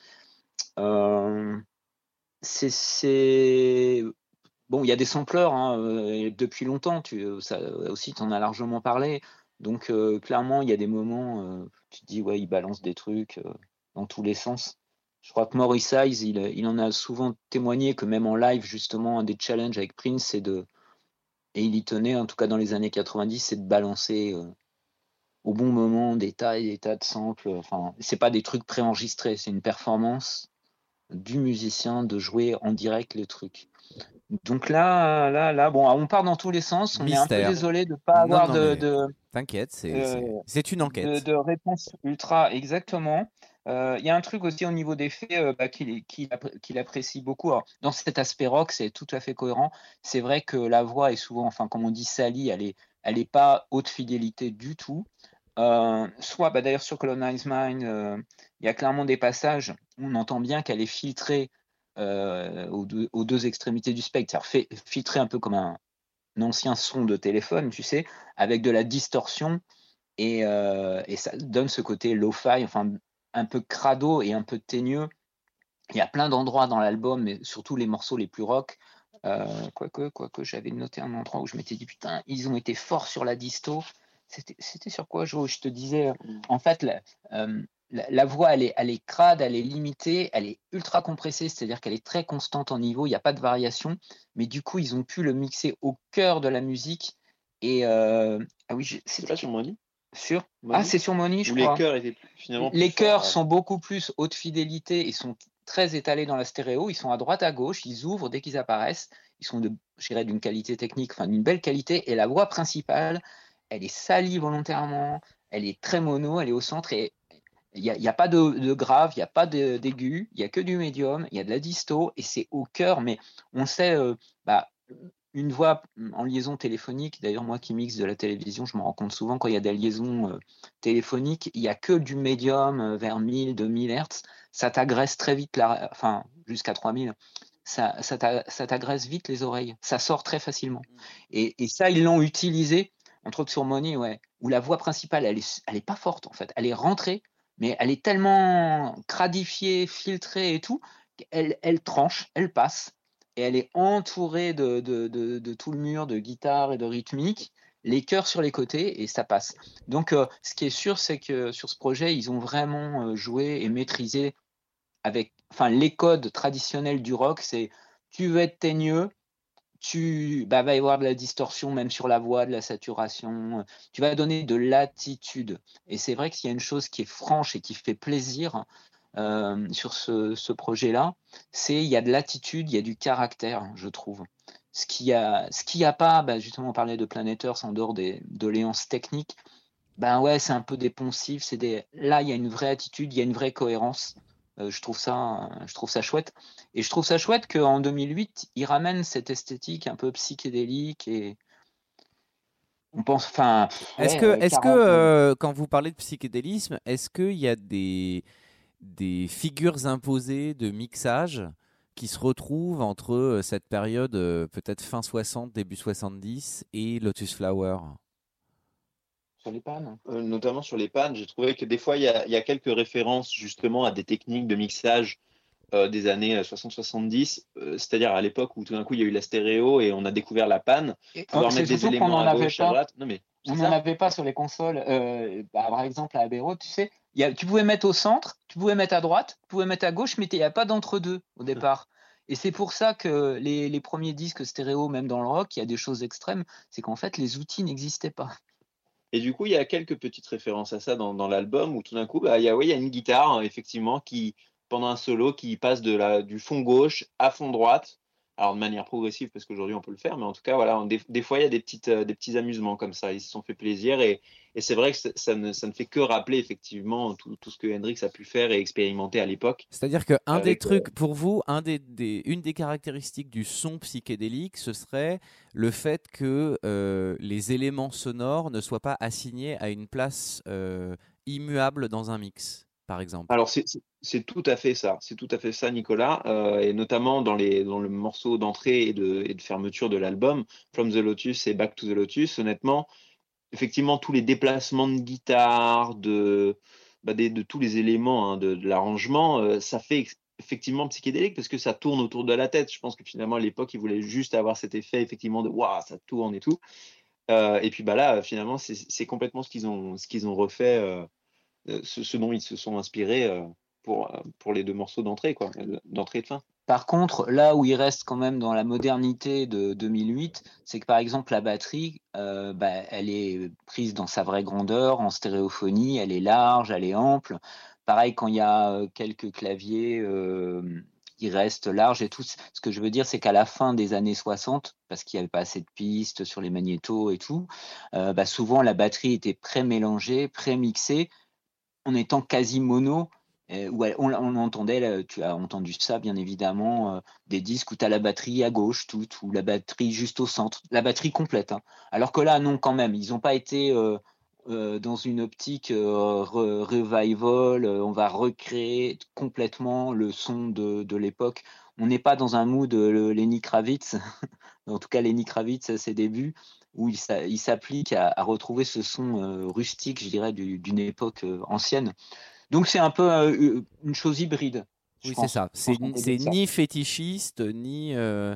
Euh, c'est, c'est... Bon, il y a des sampleurs, hein, euh, depuis longtemps, tu, ça aussi, tu en as largement parlé. Donc euh, clairement, il y a des moments, euh, tu te dis, ouais, il balance des trucs euh, dans tous les sens. Je crois que Maurice Hayes, il, il en a souvent témoigné que même en live, justement, un des challenges avec Prince, c'est de, et il y tenait, en tout cas dans les années quatre-vingt-dix, c'est de balancer euh, au bon moment des tas et des tas de samples. Enfin, c'est pas des trucs préenregistrés, c'est une performance du musicien de jouer en direct le truc. Donc là, là, là, bon, on part dans tous les sens. On est un peu Mystère. désolé de ne pas Non, avoir non, de, mais de, t'inquiète, c'est euh, c'est c'est une de, enquête. de réponse ultra exactement. Euh, Il y a un truc aussi au niveau des faits euh, bah, qu'il qu'il appré- qu'il apprécie beaucoup. Alors, dans cet aspect rock, c'est tout à fait cohérent. C'est vrai que la voix est souvent, enfin, comme on dit, salie, elle est, elle est pas haute fidélité du tout. Euh, soit, bah, d'ailleurs, sur Colonize Mind, euh, il y a clairement des passages où on entend bien qu'elle est filtrée euh, aux, deux, aux deux extrémités du spectre, c'est-à-dire fait- filtrée un peu comme un, un ancien son de téléphone, tu sais, avec de la distorsion, et, euh, et ça donne ce côté lo-fi, enfin un peu crado et un peu teigneux. Il y a plein d'endroits dans l'album, mais surtout les morceaux les plus rock, Euh, quoique, quoique j'avais noté un endroit où je m'étais dit putain, ils ont été forts sur la disto. C'était, c'était sur quoi, Jo? Je te disais, en fait, la, euh, la, la voix, elle est, elle est crade, elle est limitée, elle est ultra compressée, c'est-à-dire qu'elle est très constante en niveau, il n'y a pas de variation. Mais du coup, ils ont pu le mixer au cœur de la musique. Et euh, ah oui, C'est c'était pas sur Money sur. Money Ah, c'est sur Money, je Où crois. les chœurs étaient finalement plus Les forts, chœurs ouais. sont beaucoup plus haute fidélité et sont très étalés dans la stéréo. Ils sont à droite, à gauche, ils ouvrent dès qu'ils apparaissent. Ils sont de, je dirais, d'une qualité technique, enfin d'une belle qualité. Et la voix principale, elle est salie volontairement, elle est très mono, elle est au centre et il n'y a, y a pas de, de grave, il n'y a pas de- d'aigu, il n'y a que du médium, il y a de la disto et c'est au cœur. Mais on sait, euh, bah, une voix en liaison téléphonique, d'ailleurs moi qui mixe de la télévision, je me rends compte souvent quand il y a des liaisons euh, téléphoniques, il n'y a que du médium euh, vers mille, deux mille hertz, ça t'agresse très vite, la, enfin jusqu'à trois mille, ça, ça, t'a- ça t'agresse vite les oreilles, ça sort très facilement. Et, et ça, ils l'ont utilisé, entre autres sur Money, ouais, où la voix principale, elle est, elle est pas forte en fait, elle est rentrée, mais elle est tellement cradifiée, filtrée et tout, qu'elle elle tranche, elle passe et elle est entourée de, de, de, de tout le mur de guitare et de rythmique, les chœurs sur les côtés, et ça passe. Donc, euh, ce qui est sûr, c'est que sur ce projet, ils ont vraiment euh, joué et maîtrisé avec, enfin, les codes traditionnels du rock. C'est tu veux être teigneux, tu bah, va y avoir de la distorsion même sur la voix, de la saturation. Tu vas donner de l'attitude. Et c'est vrai qu'il y a une chose qui est franche et qui fait plaisir euh, sur ce, ce projet-là, c'est il y a de l'attitude, il y a du caractère, je trouve. Ce qu'il a, ce qu'il y a pas, bah, justement, on parlait de Planet Earth en dehors des doléances techniques. Ben ouais, c'est un peu des poncifs. C'est des... Là, il y a une vraie attitude, il y a une vraie cohérence. Euh, je trouve ça, je trouve ça chouette. Et je trouve ça chouette qu'en deux mille huit, ils ramènent cette esthétique un peu psychédélique et on pense, enfin, Est-ce ouais, que, ouais, est-ce que quarante. euh, quand vous parlez de psychédélisme, est-ce qu'il y a des, des figures imposées de mixage qui se retrouvent entre euh, cette période euh, peut-être fin soixante, début soixante-dix et Lotus Flower? Sur les pannes. Euh, notamment sur les pannes, j'ai trouvé que des fois, il y a, il y a quelques références justement à des techniques de mixage euh, des années soixante soixante-dix, euh, c'est-à-dire à l'époque où tout d'un coup, il y a eu la stéréo et on a découvert la panne, Et, oh, pouvoir c'est mettre des surtout qu'on éléments n'en à avait gauche, à pas. droite. Non, mais On c'est n'en ça. avait pas sur les consoles. Euh, bah, par exemple, à Abbey Road, tu sais, il y a, tu pouvais mettre au centre, tu pouvais mettre à droite, tu pouvais mettre à gauche, mais il n'y a pas d'entre-deux au départ. Et c'est pour ça que les, les premiers disques stéréo, même dans le rock, il y a des choses extrêmes, c'est qu'en fait, les outils n'existaient pas. Et du coup, il y a quelques petites références à ça dans, dans l'album où tout d'un coup, bah, il y a, ouais, il y a une guitare, hein, effectivement, qui, pendant un solo, qui passe de la, du fond gauche à fond droite. Alors, de manière progressive, parce qu'aujourd'hui, on peut le faire, mais en tout cas, voilà, des, des fois, il y a des, petites, euh, des petits amusements comme ça. Ils se sont fait plaisir et, et c'est vrai que ça, ça ne, ça ne fait que rappeler, effectivement, tout, tout ce que Hendrix a pu faire et expérimenter à l'époque. C'est-à-dire qu'un des Avec, trucs, pour vous, un des, des- une des caractéristiques du son psychédélique, ce serait le fait que euh, les éléments sonores ne soient pas assignés à une place euh, immuable dans un mix, par exemple. Alors, c'est c'est- c'est tout à fait ça. C'est tout à fait ça, Nicolas. Euh, et notamment dans, les, dans le morceau d'entrée et de, et de fermeture de l'album, From the Lotus et Back to the Lotus, honnêtement, effectivement, tous les déplacements de guitare, de, bah, des- de tous les éléments hein, de, de l'arrangement, euh, ça fait ex- effectivement psychédélique parce que ça tourne autour de la tête. Je pense que finalement, à l'époque, ils voulaient juste avoir cet effet, effectivement, de waouh, ça tourne et tout. Euh, et puis bah là, finalement, c'est c'est complètement ce qu'ils ont, ce qu'ils ont refait. euh, euh, ce, ce dont ils se sont inspirés euh, pour, euh, pour les deux morceaux d'entrée, quoi, d'entrée et de fin. Par contre, là où il reste quand même dans la modernité de deux mille huit, c'est que par exemple la batterie, euh, bah, elle est prise dans sa vraie grandeur, en stéréophonie, elle est large, elle est ample. Pareil, quand il y a euh, quelques claviers, euh, ils restent larges et tout. Ce que je veux dire, c'est qu'à la fin des années soixante, parce qu'il n'y avait pas assez de pistes sur les magnétos et tout, euh, bah, souvent la batterie était pré-mélangée, pré-mixée, en étant quasi mono. Euh, où elle- on, on entendait, là, tu as entendu ça bien évidemment, euh, des disques où tu as la batterie à gauche, toute, ou la batterie juste au centre, la batterie complète. Hein. Alors que là, non, quand même, ils n'ont pas été euh, euh, dans une optique euh, re- revival, euh, on va recréer complètement le son de, de l'époque. On n'est pas dans un mood euh, Lenny Kravitz, en tout cas Lenny Kravitz à ses débuts, où il, s'a- il s'applique à, à retrouver ce son euh, rustique, je dirais, du- d'une époque euh, ancienne. Donc c'est un peu euh, une chose hybride, je Oui, c'est pense. ça. Je pense C'est qu'on peut c'est dire ça. ni fétichiste, ni, euh,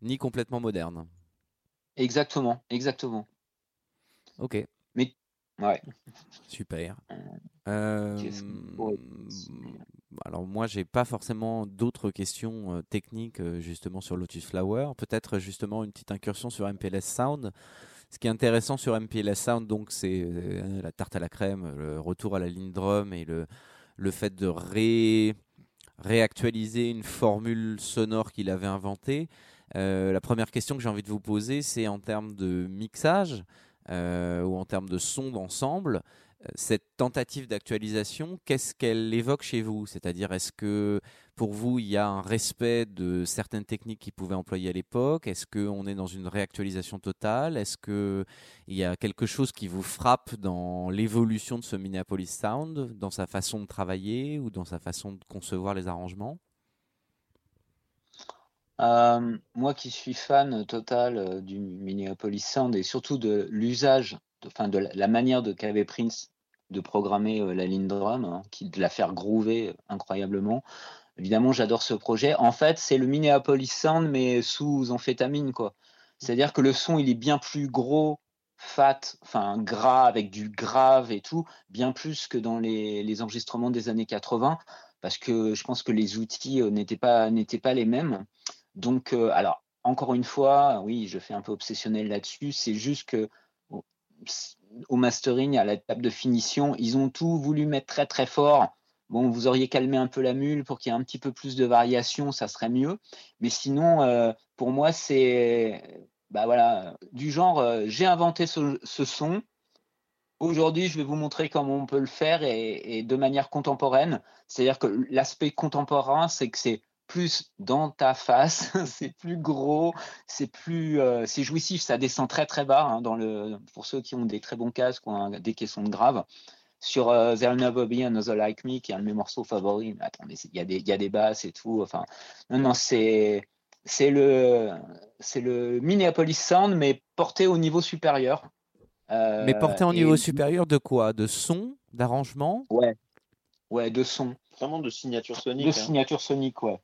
ni complètement moderne. Exactement, exactement. Ok. Mais ouais. Super. Euh, alors moi, j'ai pas forcément d'autres questions euh, techniques euh, justement sur Lotus Flower. Peut-être justement une petite incursion sur M P L S Sound. Ce qui est intéressant sur M P L S Sound, donc, c'est euh, la tarte à la crème, le retour à la ligne drum et le, le fait de ré, réactualiser une formule sonore qu'il avait inventée. Euh, la première question que j'ai envie de vous poser, c'est en termes de mixage euh, ou en termes de son d'ensemble. Cette tentative d'actualisation, qu'est-ce qu'elle évoque chez vous? C'est-à-dire, est-ce que pour vous, il y a un respect de certaines techniques qu'ils pouvaient employer à l'époque? Est-ce qu'on est dans une réactualisation totale? Est-ce qu'il y a quelque chose qui vous frappe dans l'évolution de ce Minneapolis Sound, dans sa façon de travailler ou dans sa façon de concevoir les arrangements? Euh, moi qui suis fan total euh, du Minneapolis Sound et surtout de l'usage, enfin de, de la, la manière de qu'avait Prince de programmer euh, la ligne drum, hein, qui, de la faire groover incroyablement. Évidemment, j'adore ce projet. En fait, c'est le Minneapolis Sound, mais sous amphétamine, quoi. C'est-à-dire que le son, il est bien plus gros, fat, enfin gras, avec du grave et tout, bien plus que dans les, les enregistrements des années quatre-vingts, parce que je pense que les outils euh, n'étaient pas, n'étaient pas les mêmes. Donc, euh, alors, encore une fois, oui, je fais un peu obsessionnel là-dessus, c'est juste que au, au mastering, à la table de finition, ils ont tout voulu mettre très très fort. Bon, vous auriez calmé un peu la mule pour qu'il y ait un petit peu plus de variation, ça serait mieux. Mais sinon, euh, pour moi, c'est bah voilà, du genre, euh, j'ai inventé ce, ce son. Aujourd'hui, je vais vous montrer comment on peut le faire et, et de manière contemporaine. C'est-à-dire que l'aspect contemporain, c'est que c'est plus dans ta face, c'est plus gros, c'est plus, euh, c'est jouissif, ça descend très très bas hein, dans le, pour ceux qui ont des très bons casques ou un, des caissons de grave. Sur uh, There'll Never Be Another Like Me, qui est un de mes morceaux favoris. Mais attends, mais il y a des, il y a des basses et tout. Enfin, non, non, c'est, c'est le, c'est le Minneapolis Sound, mais porté au niveau supérieur. Mais Euh, porté en et niveau supérieur de quoi? De son? D'arrangement? ouais, ouais, de son, Vraiment de signature sonique. de hein. signature sonique, ouais.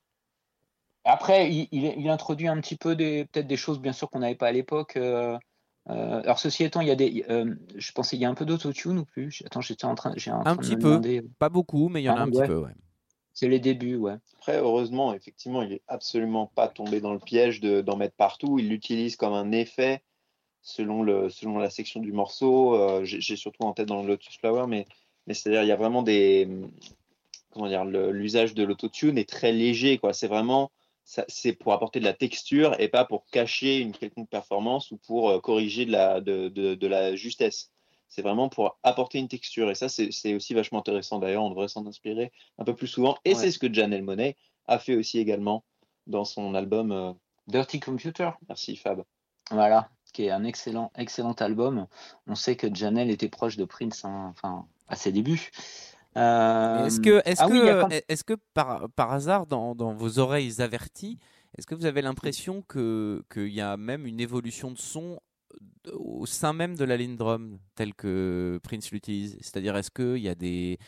Après, il, il, il introduit un petit peu des, peut-être des choses, bien sûr, qu'on n'avait pas à l'époque. Euh, euh, alors, ceci étant, il y a des, euh, je pensais, il y a un peu d'autotune ou plus. Attends, j'étais en train, j'ai en Un train de petit me peu. demander. Pas beaucoup, mais il y en a Ah, un petit ouais, peu, ouais. c'est les débuts, ouais. Après, heureusement, effectivement, il est absolument pas tombé dans le piège de, d'en mettre partout. Il l'utilise comme un effet selon, le, selon la section du morceau. Euh, j'ai, j'ai surtout en tête dans le Lotus Flower, mais, mais c'est-à-dire il y a vraiment des, comment dire, le, l'usage de l'autotune est très léger, quoi. C'est vraiment, ça, c'est pour apporter de la texture et pas pour cacher une quelconque performance ou pour euh, corriger de la, de, de, de la justesse. C'est vraiment pour apporter une texture. Et ça, c'est, c'est aussi vachement intéressant. D'ailleurs, on devrait s'en inspirer un peu plus souvent. Et Ouais. c'est ce que Janelle Monáe a fait aussi également dans son album euh... Dirty Computer. Merci Fab. Voilà, qui est un excellent, excellent album. On sait que Janelle était proche de Prince, hein, enfin, à ses débuts. Euh... Est-ce que, est-ce ah que, oui, quand... est-ce que par, par hasard, dans, dans vos oreilles averties, est-ce que vous avez l'impression que, qu'il y a même une évolution de son au sein même de la ligne drum telle que Prince l'utilise? C'est-à-dire, est-ce qu'il y a des...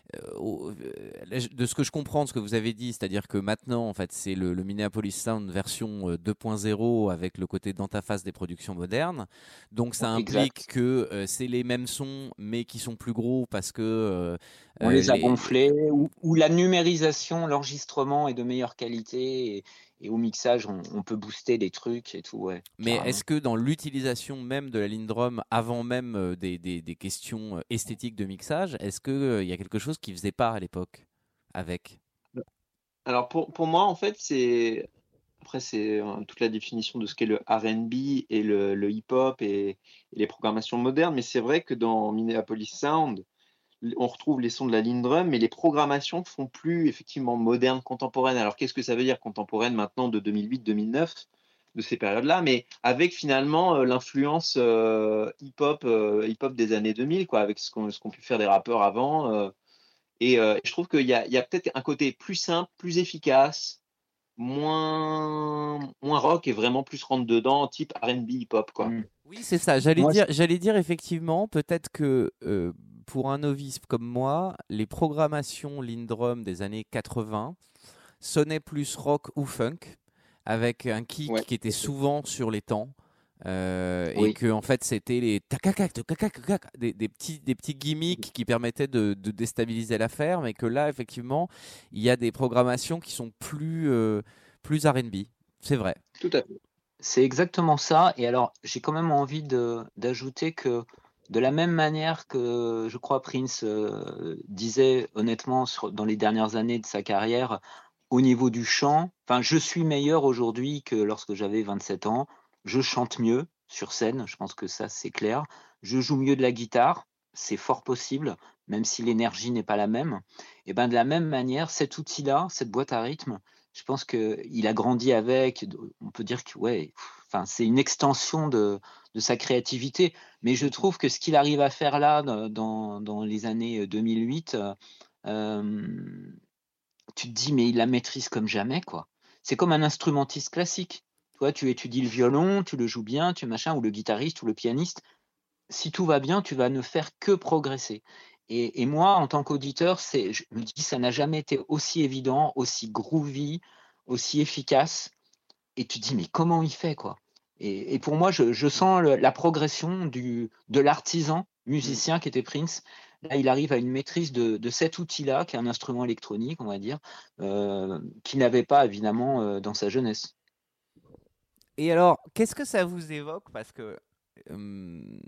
Euh, de ce que je comprends de ce que vous avez dit, c'est-à-dire que maintenant, en fait, c'est le, le Minneapolis Sound version deux point zéro avec le côté dans ta face des productions modernes. Donc, ça implique exact. que euh, c'est les mêmes sons, mais qui sont plus gros parce que euh, on les a les... gonflés, ou, ou la numérisation, l'enregistrement est de meilleure qualité. Et... Et au mixage, on, on peut booster des trucs et tout. Ouais, mais carrément. Est-ce que dans l'utilisation même de la ligne drum, avant même des, des, des questions esthétiques de mixage, est-ce qu'il euh, y a quelque chose qui faisait pas à l'époque avec? Alors pour, pour moi, en fait, c'est... Après, c'est toute la définition de ce qu'est le R and B et le, le hip-hop et, et les programmations modernes. Mais c'est vrai que dans Minneapolis Sound, on retrouve les sons de la ligne drum, mais les programmations font plus effectivement modernes, contemporaines. Alors qu'est-ce que ça veut dire contemporaine maintenant de deux mille huit deux mille neuf, de ces périodes-là, mais avec finalement euh, l'influence euh, hip-hop, euh, hip-hop des années deux mille, quoi, avec ce qu'ont, ce qu'ont pu faire les rappeurs avant. Euh, et euh, je trouve qu'il y a, il y a peut-être un côté plus simple, plus efficace, moins, moins rock et vraiment plus rentre dedans, type R and B hip-hop, quoi. Mmh. Oui, c'est ça. J'allais moi, dire, j'allais dire effectivement, peut-être que euh, pour un novice comme moi, les programmations ligne drum des années quatre-vingts sonnaient plus rock ou funk. avec un kick Ouais. qui était souvent sur les temps. Euh, Oui. Et que en fait c'était les tacacac, tacacac, tacac, des, des petits des petits gimmicks qui permettaient de, de déstabiliser l'affaire, mais que là effectivement il y a des programmations qui sont plus euh, plus R and B, c'est vrai. Tout à fait. C'est exactement ça. Et alors, j'ai quand même envie de, d'ajouter que de la même manière que je crois Prince euh, disait honnêtement sur, dans les dernières années de sa carrière, au niveau du chant, enfin, je suis meilleur aujourd'hui que lorsque j'avais vingt-sept ans. Je chante mieux sur scène, je pense que ça c'est clair. Je joue mieux de la guitare, c'est fort possible, même si l'énergie n'est pas la même. Et ben de la même manière, cet outil-là, cette boîte à rythme, je pense qu'il a grandi avec. On peut dire que ouais, enfin, c'est une extension de, de sa créativité. Mais je trouve que ce qu'il arrive à faire là, dans, dans les années deux mille huit, euh, tu te dis, mais il la maîtrise comme jamais, quoi. C'est comme un instrumentiste classique. Toi, tu étudies le violon, tu le joues bien, tu machin, ou le guitariste ou le pianiste. Si tout va bien, tu vas ne faire que progresser. Et, et moi, en tant qu'auditeur, c'est, je me dis, ça n'a jamais été aussi évident, aussi groovy, aussi efficace. Et tu te dis, mais comment il fait, quoi? Et, et pour moi, je, je sens le, la progression du, de l'artisan musicien qui était Prince. Là, il arrive à une maîtrise de, de cet outil-là, qui est un instrument électronique, on va dire, euh, qu'il n'avait pas, évidemment, euh, dans sa jeunesse. Et alors, qu'est-ce que ça vous évoque? Parce que hum,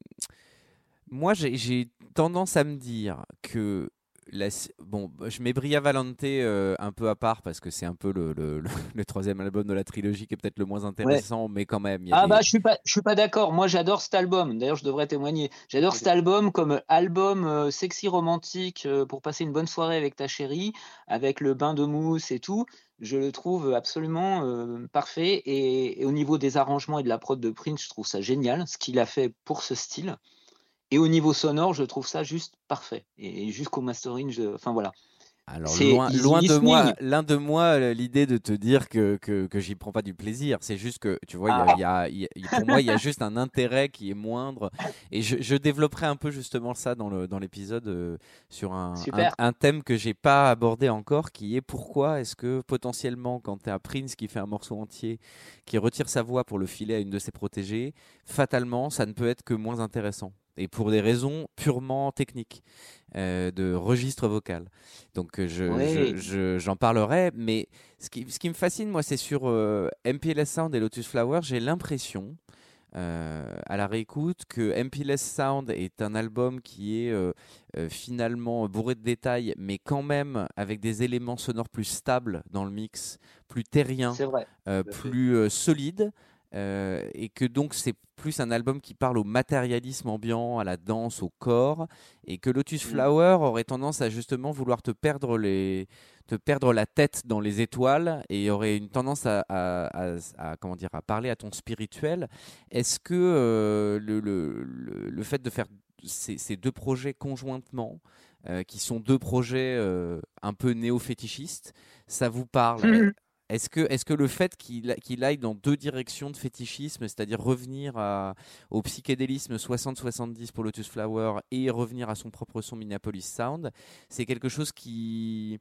moi, j'ai, j'ai tendance à me dire que la, bon, je mets Bria Valente euh, un peu à part parce que c'est un peu le, le, le, le troisième album de la trilogie qui est peut-être le moins intéressant, ouais. Mais quand même, il y a ah des... bah je suis pas, je suis pas d'accord. Moi, j'adore cet album. D'ailleurs, je devrais témoigner. J'adore cet album comme album euh, sexy romantique euh, pour passer une bonne soirée avec ta chérie, avec le bain de mousse et tout. Je le trouve absolument euh, parfait. Et, et au niveau des arrangements et de la prod de Prince, je trouve ça génial, ce qu'il a fait pour ce style. Et au niveau sonore, je trouve ça juste parfait. Et jusqu'au mastering, je... enfin voilà. Alors c'est loin, loin de moi, l'un de moi l'idée de te dire que, que, que j'y prends pas du plaisir. C'est juste que, tu vois, ah. y a, y a, y a, pour moi, il y a juste un intérêt qui est moindre. Et je, je développerai un peu justement ça dans, le, dans l'épisode euh, sur un, un, un thème que j'ai pas abordé encore, qui est pourquoi est-ce que potentiellement, quand tu as Prince qui fait un morceau entier, qui retire sa voix pour le filer à une de ses protégées, fatalement, ça ne peut être que moins intéressant. Et pour des raisons purement techniques, euh, de registre vocal. Donc je, oui. je, je, j'en parlerai, mais ce qui, ce qui me fascine, moi, c'est sur euh, M P L S Sound et Lotus Flower, j'ai l'impression, euh, à la réécoute, que M P L S Sound est un album qui est euh, euh, finalement bourré de détails, mais quand même avec des éléments sonores plus stables dans le mix, plus terriens, euh, plus euh, solides. Euh, et que donc c'est plus un album qui parle au matérialisme ambiant, à la danse, au corps, et que Lotus Flower aurait tendance à justement vouloir te perdre, les, te perdre la tête dans les étoiles et aurait une tendance à, à, à, à, comment dire, à parler à ton spirituel. Est-ce que euh, le, le, le, le fait de faire ces, ces deux projets conjointement, euh, qui sont deux projets euh, un peu néo-fétichistes, ça vous parle? Mmh. Est-ce que, est-ce que le fait qu'il, qu'il aille dans deux directions de fétichisme, c'est-à-dire revenir à, au psychédélisme soixante soixante-dix pour Lotus Flower et revenir à son propre son Minneapolis Sound, c'est quelque chose qui,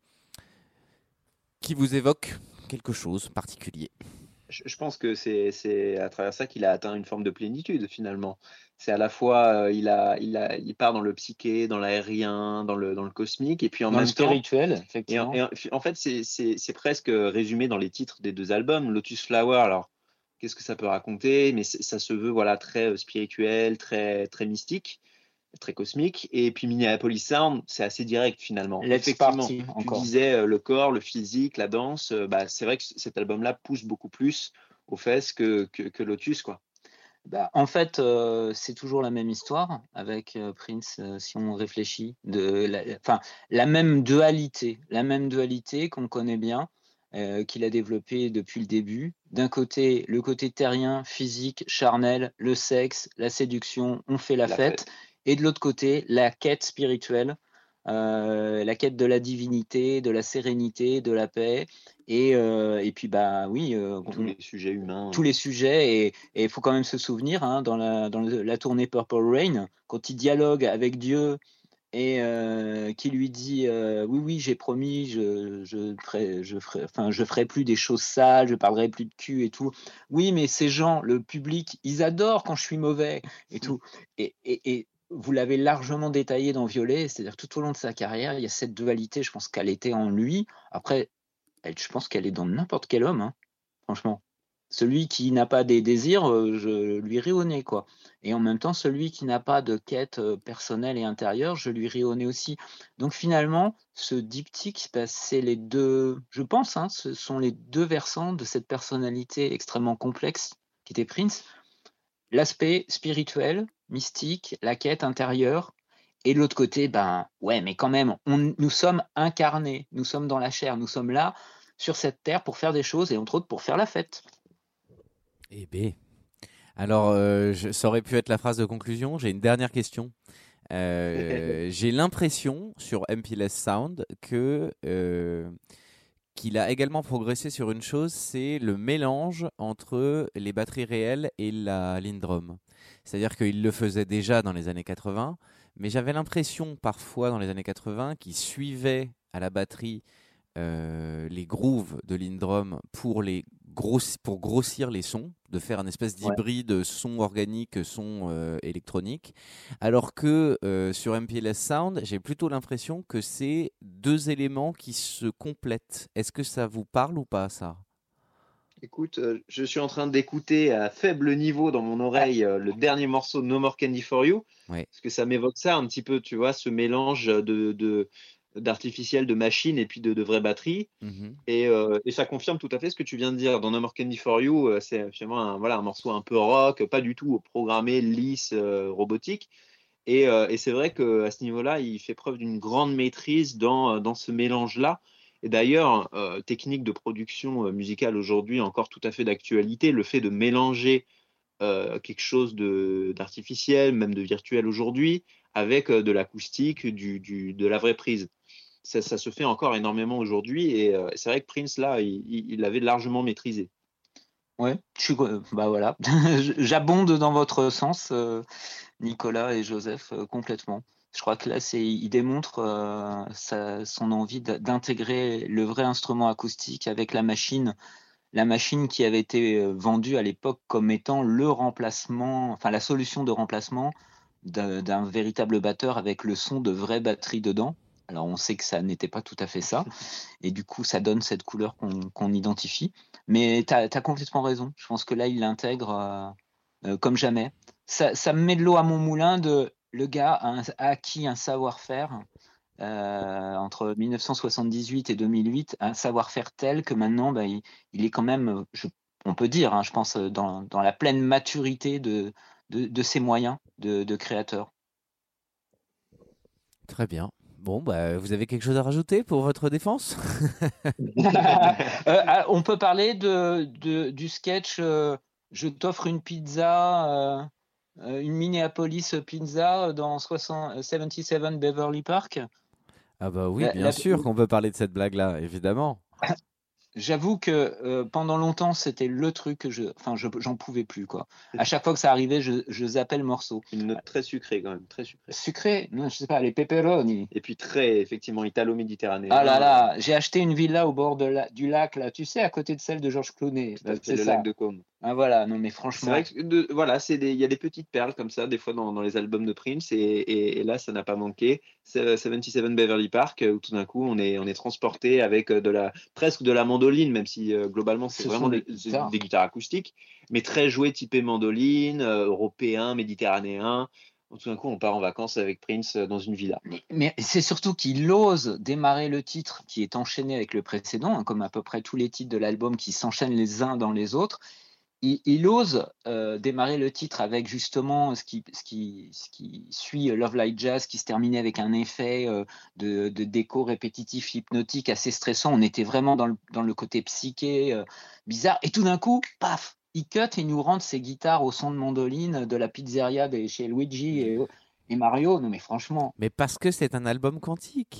qui vous évoque quelque chose de particulier? Je pense que c'est, c'est à travers ça qu'il a atteint une forme de plénitude finalement. C'est à la fois, euh, il, a, il, a, il part dans le psyché, dans l'aérien, dans le, dans le cosmique, et puis en dans même le spirituel, temps, effectivement. Et en, et en fait, c'est, c'est, c'est presque résumé dans les titres des deux albums. Lotus Flower, alors qu'est-ce que ça peut raconter? Mais ça se veut voilà, très spirituel, très, très mystique, très cosmique. Et puis Minneapolis Sound, c'est assez direct finalement. Let's Effectivement, party, tu encore. disais euh, le corps, le physique, la danse. Euh, bah, c'est vrai que cet album-là pousse beaucoup plus aux fesses que, que, que Lotus, quoi. Bah, en fait, euh, c'est toujours la même histoire avec euh, Prince, euh, si on réfléchit. De la, enfin, la même dualité, la même dualité qu'on connaît bien, euh, qu'il a développée depuis le début. D'un côté, le côté terrien, physique, charnel, le sexe, la séduction, on fait la, la fête. fête. Et de l'autre côté, la quête spirituelle, euh, la quête de la divinité, de la sérénité, de la paix. Et, euh, et puis, bah oui. Euh, tous on, les sujets humains. Tous les sujets. Et il faut quand même se souvenir, hein, dans, la, dans la tournée Purple Rain, quand il dialogue avec Dieu et euh, qui lui dit euh, oui oui j'ai promis je je ferai je ferai enfin je ferai plus des choses sales, je parlerai plus de cul et tout. Oui mais ces gens, le public, ils adorent quand je suis mauvais et tout. Et, et, et vous l'avez largement détaillé dans Violet, c'est-à-dire tout au long de sa carrière, il y a cette dualité, je pense qu'elle était en lui. Après, elle, je pense qu'elle est dans n'importe quel homme, hein, franchement. Celui qui n'a pas des désirs, euh, je lui ris au nez, quoi. Et en même temps, celui qui n'a pas de quête euh, personnelle et intérieure, je lui ris au nez aussi. Donc finalement, ce diptyque, bah, c'est les deux, je pense, hein, ce sont les deux versants de cette personnalité extrêmement complexe qui était Prince. L'aspect spirituel, mystique, la quête intérieure, et de l'autre côté, ben ouais, mais quand même, on, nous sommes incarnés, nous sommes dans la chair, nous sommes là sur cette terre pour faire des choses et entre autres pour faire la fête. Eh bien, alors euh, je- ça aurait pu être la phrase de conclusion. J'ai une dernière question. Euh, j'ai l'impression sur M P L S Sound que euh, qu'il a également progressé sur une chose, c'est le mélange entre les batteries réelles et la Lindrum. C'est-à-dire qu'il le faisait déjà dans les années quatre-vingts, mais j'avais l'impression parfois dans les années quatre-vingts qu'il suivait à la batterie euh, les grooves de Lindrum pour, les grossi- pour grossir les sons, de faire un espèce Ouais. d'hybride son organique, son euh, électronique. Alors que euh, sur M P L S Sound, j'ai plutôt l'impression que c'est deux éléments qui se complètent. Est-ce que ça vous parle ou pas, ça? Écoute, euh, je suis en train d'écouter à faible niveau dans mon oreille euh, le dernier morceau de No More Candy for You, Ouais. parce que ça m'évoque ça un petit peu, tu vois, ce mélange de, de- d'artificiel, de machine et puis de, de vraie batterie. Mhm. Et, euh, et ça confirme tout à fait ce que tu viens de dire. Dans No More Candy for You, euh, c'est finalement un, voilà, un morceau un peu rock, pas du tout programmé, lisse, euh, robotique. Et, euh, et c'est vrai qu'à ce niveau-là, il fait preuve d'une grande maîtrise dans, dans ce mélange-là. Et d'ailleurs, euh, technique de production euh, musicale aujourd'hui encore tout à fait d'actualité, le fait de mélanger euh, quelque chose de, d'artificiel, même de virtuel aujourd'hui, avec euh, de l'acoustique, du, du, de la vraie prise. Ça, ça se fait encore énormément aujourd'hui et euh, c'est vrai que Prince, là, il, il il l'avait largement maîtrisé. Ouais, je suis, euh, bah voilà, j'abonde dans votre sens, euh, Nicolas et Joseph, euh, complètement. Je crois que là, c'est, il démontre euh, sa- son envie d- d'intégrer le vrai instrument acoustique avec la machine, la machine qui avait été euh, vendue à l'époque comme étant le remplacement, enfin la solution de remplacement d'un d'un véritable batteur avec le son de vraie batterie dedans. Alors on sait que ça n'était pas tout à fait ça, et du coup ça donne cette couleur qu'on qu'on identifie. Mais tu as complètement raison, je pense que là il l'intègre euh, euh, comme jamais. Ça, ça me met de l'eau à mon moulin de le gars a, un- a acquis un savoir-faire euh, entre mille neuf cent soixante-dix-huit et deux mille huit, un savoir-faire tel que maintenant bah, il, il est quand même, je, on peut dire, hein, je pense, dans, dans la pleine maturité de, de, de ses moyens de, de créateur. Très bien. Bon, bah, vous avez quelque chose à rajouter pour votre défense? Euh, ah, on peut parler de, de- du sketch euh, je t'offre une pizza, euh, euh, une Minneapolis pizza dans soixante, soixante-dix-sept Beverly Park. Ah bah oui, La- bien la- sûr qu'on peut parler de cette blague-là, évidemment. J'avoue que euh, pendant longtemps, c'était le truc que je, enfin, je, j'en pouvais plus, quoi. À chaque fois que ça arrivait, je, je zappais le morceau. Une note très sucrée quand même, très sucrée. Sucré, non, je sais pas, les pepperoni. Et puis très, effectivement, italo-méditerranéen. Ah là là, j'ai acheté une villa au bord de la- du lac, là, tu sais, à côté de celle de Georges Clooney. Tout à fait, C'est le ça. lac de Côme. Ah voilà, non mais C'est franchement. vrai que de- voilà, c'est des- il y a des petites perles comme ça, des fois dans, dans les albums de Prince, et, et- et là, ça n'a pas manqué. C'est soixante-dix-sept Beverly Park, euh, où tout d'un coup, on est, on est transporté avec euh, de la, presque de la mandoline, même si euh, globalement, c'est Ce vraiment sont des des, c'est guitares. des guitares acoustiques, mais très joué, typé mandoline, euh, européen, méditerranéen. Tout d'un coup, on part en vacances avec Prince euh, dans une villa. Mais, mais c'est surtout qu'il ose démarrer le titre qui est enchaîné avec le précédent, hein, comme à peu près tous les titres de l'album qui s'enchaînent les uns dans les autres. Il, il ose euh, démarrer le titre avec justement ce qui, ce qui, ce qui suit Love Like Jazz, qui se terminait avec un effet euh, de, de déco répétitif, hypnotique, assez stressant. On était vraiment dans le, dans le côté psyché, euh, bizarre. Et tout d'un coup, paf, il cut et nous rentre ses guitares au son de mandoline de la pizzeria de chez Luigi et, et Mario. Non mais franchement, Mais parce que c'est un album quantique.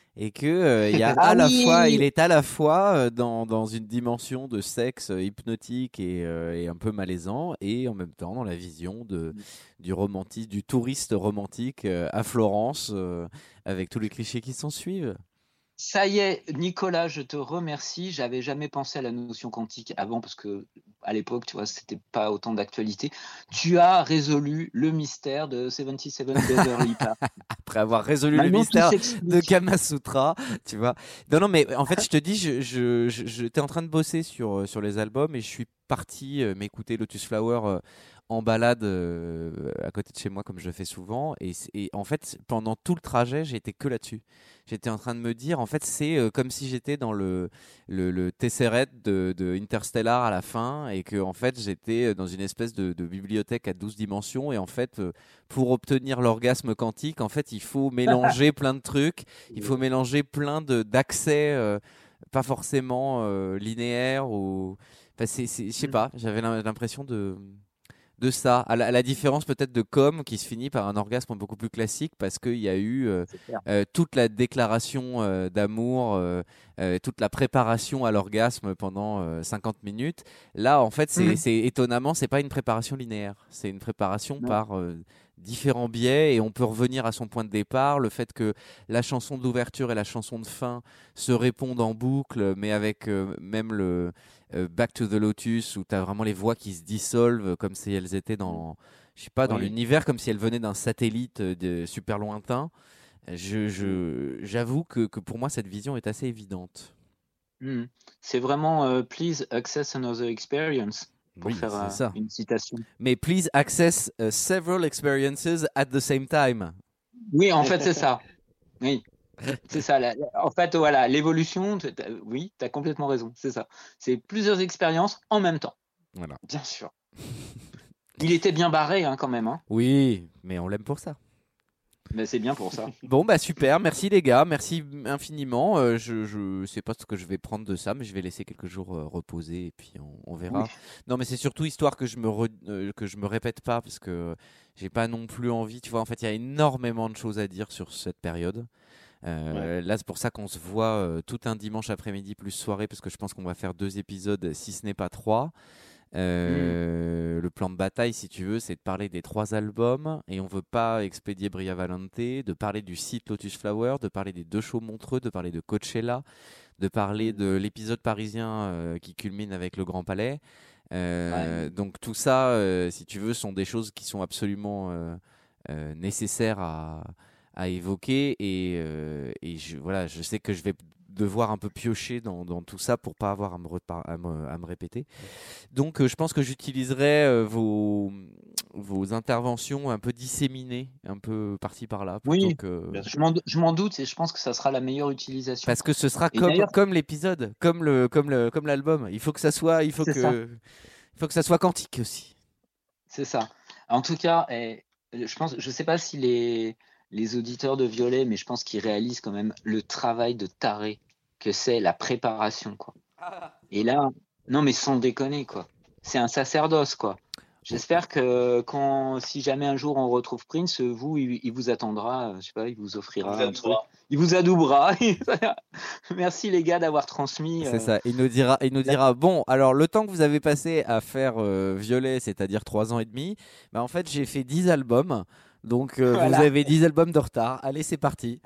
Et que euh, il y a Ah à la oui. fois, il est à la fois euh, dans, dans une dimension de sexe euh, hypnotique et, euh, et un peu malaisant, et en même temps dans la vision de, du romantisme, du touriste romantique euh, à Florence, euh, avec tous les clichés qui s'en suivent. Ça y est, Nicolas, je te remercie. J'avais jamais pensé à la notion quantique avant parce que à l'époque, tu vois, c'était pas autant d'actualité. Tu as résolu le mystère de soixante-dix-sept Beverly Park. Après avoir résolu le Maintenant, tout mystère s'explique. de Kamasutra, tu vois. Non, non, mais en fait, je te dis, je, je, je- j'étais en train de bosser sur, euh, sur les albums et je suis parti euh, m'écouter Lotus Flower euh, en balade euh, à côté de chez moi, comme je le fais souvent. Et, c- et en fait, pendant tout le trajet, j'étais que là-dessus. J'étais en train de me dire, en fait, c'est euh, comme si j'étais dans le, le, le Tesseract de, de Interstellar à la fin et que, en fait, j'étais dans une espèce de, de bibliothèque à douze dimensions. Et en fait, euh, pour obtenir l'orgasme quantique, en fait, il faut mélanger plein de trucs, il faut mélanger plein de d'accès, euh, pas forcément euh, linéaires ou. Enfin, c'est, c'est- je sais pas, j'avais l'im- l'impression de de ça, à la, à la différence peut-être de Com qui se finit par un orgasme beaucoup plus classique parce qu'il y a eu euh, C'est clair. euh, toute la déclaration euh, d'amour, euh, euh, toute la préparation à l'orgasme pendant euh, cinquante minutes. Là, en fait, c'est, Mhm. c'est étonnamment, c'est pas une préparation linéaire, c'est une préparation Non. par euh, différents biais et on peut revenir à son point de départ, le fait que la chanson d'ouverture et la chanson de fin se répondent en boucle, mais avec euh, même le euh, Back to the Lotus où tu as vraiment les voix qui se dissolvent comme si elles étaient dans, je sais pas, dans Oui. l'univers, comme si elles venaient d'un satellite euh, de, super lointain. Je, je, j'avoue que, que pour moi, cette vision est assez évidente. Mhm. C'est vraiment euh, Please access another experience pour Oui, faire c'est euh, ça. une citation. Mais please access uh, several experiences at the same time. Oui, en fait, c'est ça. Oui, c'est ça. La- la- en fait, voilà, l'évolution, t- t'as- oui, tu as complètement raison. C'est ça. C'est plusieurs expériences en même temps, Voilà. bien sûr. Il était bien barré hein, quand même. Hein. Oui, mais on l'aime pour ça. Mais c'est bien pour ça. Bon, bah super, merci les gars, merci infiniment. Euh, je, je sais pas ce que je vais prendre de ça, mais je vais laisser quelques jours euh, reposer et puis on, on verra. Oui. Non, mais c'est surtout histoire que je me re- euh, que je me répète pas parce que j'ai pas non plus envie. Tu vois, en fait, il y a énormément de choses à dire sur cette période. Euh, Là, c'est pour ça qu'on se voit euh, tout un dimanche après-midi plus soirée parce que je pense qu'on va faire deux épisodes, si ce n'est pas trois. Euh, Le plan de bataille, si tu veux, c'est de parler des trois albums et on veut pas expédier Bria Valente, de parler du site Lotus Flower, de parler des deux shows Montreux, de parler de Coachella, de parler de l'épisode parisien euh, qui culmine avec le Grand Palais. Euh, Donc tout ça, euh, si tu veux, sont des choses qui sont absolument euh, euh, nécessaires à, à évoquer et, euh, et je, voilà, je sais que je vais devoir un peu piocher dans, dans tout ça pour pas avoir à me, repar- à me, à me répéter. Donc, euh, je pense que j'utiliserai euh, vos, vos interventions un peu disséminées, un peu par-ci par-là, plutôt Oui, que. Bien sûr. je m'en, je m'en doute et je pense que ça sera la meilleure utilisation. Parce que ce sera Et comme, d'ailleurs- comme l'épisode, comme le, comme le, comme l'album. Il faut que ça soit, il faut C'est ça. que, il faut que ça soit quantique aussi. C'est ça. En tout cas, eh, je pense, je sais pas si les, les auditeurs de Violet, mais je pense qu'ils réalisent quand même le travail de taré que c'est la préparation, quoi. Et là, non, mais sans déconner, quoi. C'est un sacerdoce, quoi. J'espère que quand, si jamais un jour on retrouve Prince, vous, il, il vous attendra, euh, je sais pas, il vous offrira Vous un êtes truc. droit. Il vous adoubera. Merci les gars d'avoir transmis. C'est euh, ça. Il nous dira, il nous la- dira, bon, alors le temps que vous avez passé à faire euh, Violet, c'est-à-dire trois ans et demi, bah en fait j'ai fait dix albums. Donc euh, Voilà. vous avez dix albums de retard. Allez, c'est parti.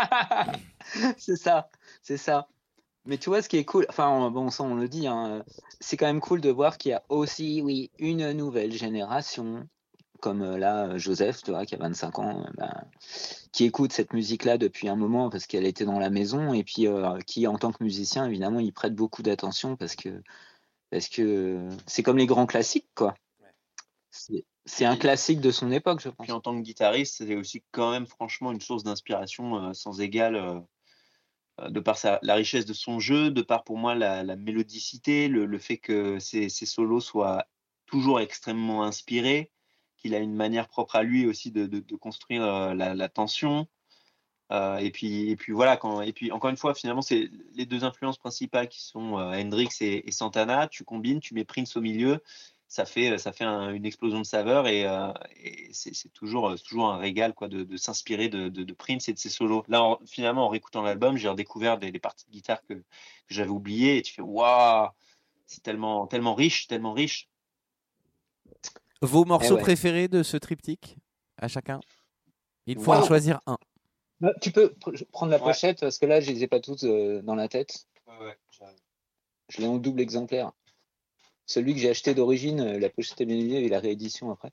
C'est ça, c'est ça. Mais tu vois, ce qui est cool, enfin, bon, ça on le dit, hein, c'est quand même cool de voir qu'il y a aussi, oui, une nouvelle génération, comme euh, là, Joseph, tu vois, qui a vingt-cinq ans, euh, ben, qui écoute cette musique-là depuis un moment parce qu'elle était dans la maison, et puis euh, qui, en tant que musicien, évidemment, il prête beaucoup d'attention parce que parce que c'est comme les grands classiques, quoi. C'est c'est un classique de son époque, je pense. Puis en tant que guitariste, c'est aussi quand même franchement une source d'inspiration euh, sans égale, euh, euh, de par sa, la richesse de son jeu, de par pour moi la, la mélodicité, le, le fait que ses, ses solos soient toujours extrêmement inspirés, qu'il a une manière propre à lui aussi de, de, de construire euh, la, la tension. Euh, et puis, et puis voilà. Quand, et puis encore une fois, finalement, c'est les deux influences principales qui sont euh, Hendrix et, et Santana. Tu combines, tu mets Prince au milieu, ça fait, ça fait un, une explosion de saveurs et, euh, et c'est, c'est toujours, c'est toujours un régal quoi, de, de s'inspirer de, de, de Prince et de ses solos. Là, en, finalement, en réécoutant l'album, j'ai redécouvert des, des parties de guitare que, que j'avais oubliées et tu fais waouh, c'est tellement, tellement riche, tellement riche. Vos morceaux Eh ouais. préférés de ce triptyque à chacun? Il faut Wow. en choisir un. Euh, Tu peux pr- prendre la Ouais. pochette parce que là, je les ai pas toutes euh, dans la tête. Ouais, ouais, j'arrive. Je l'ai en double exemplaire. Celui que j'ai acheté d'origine, euh, la pochette est bien évidemment et la réédition après.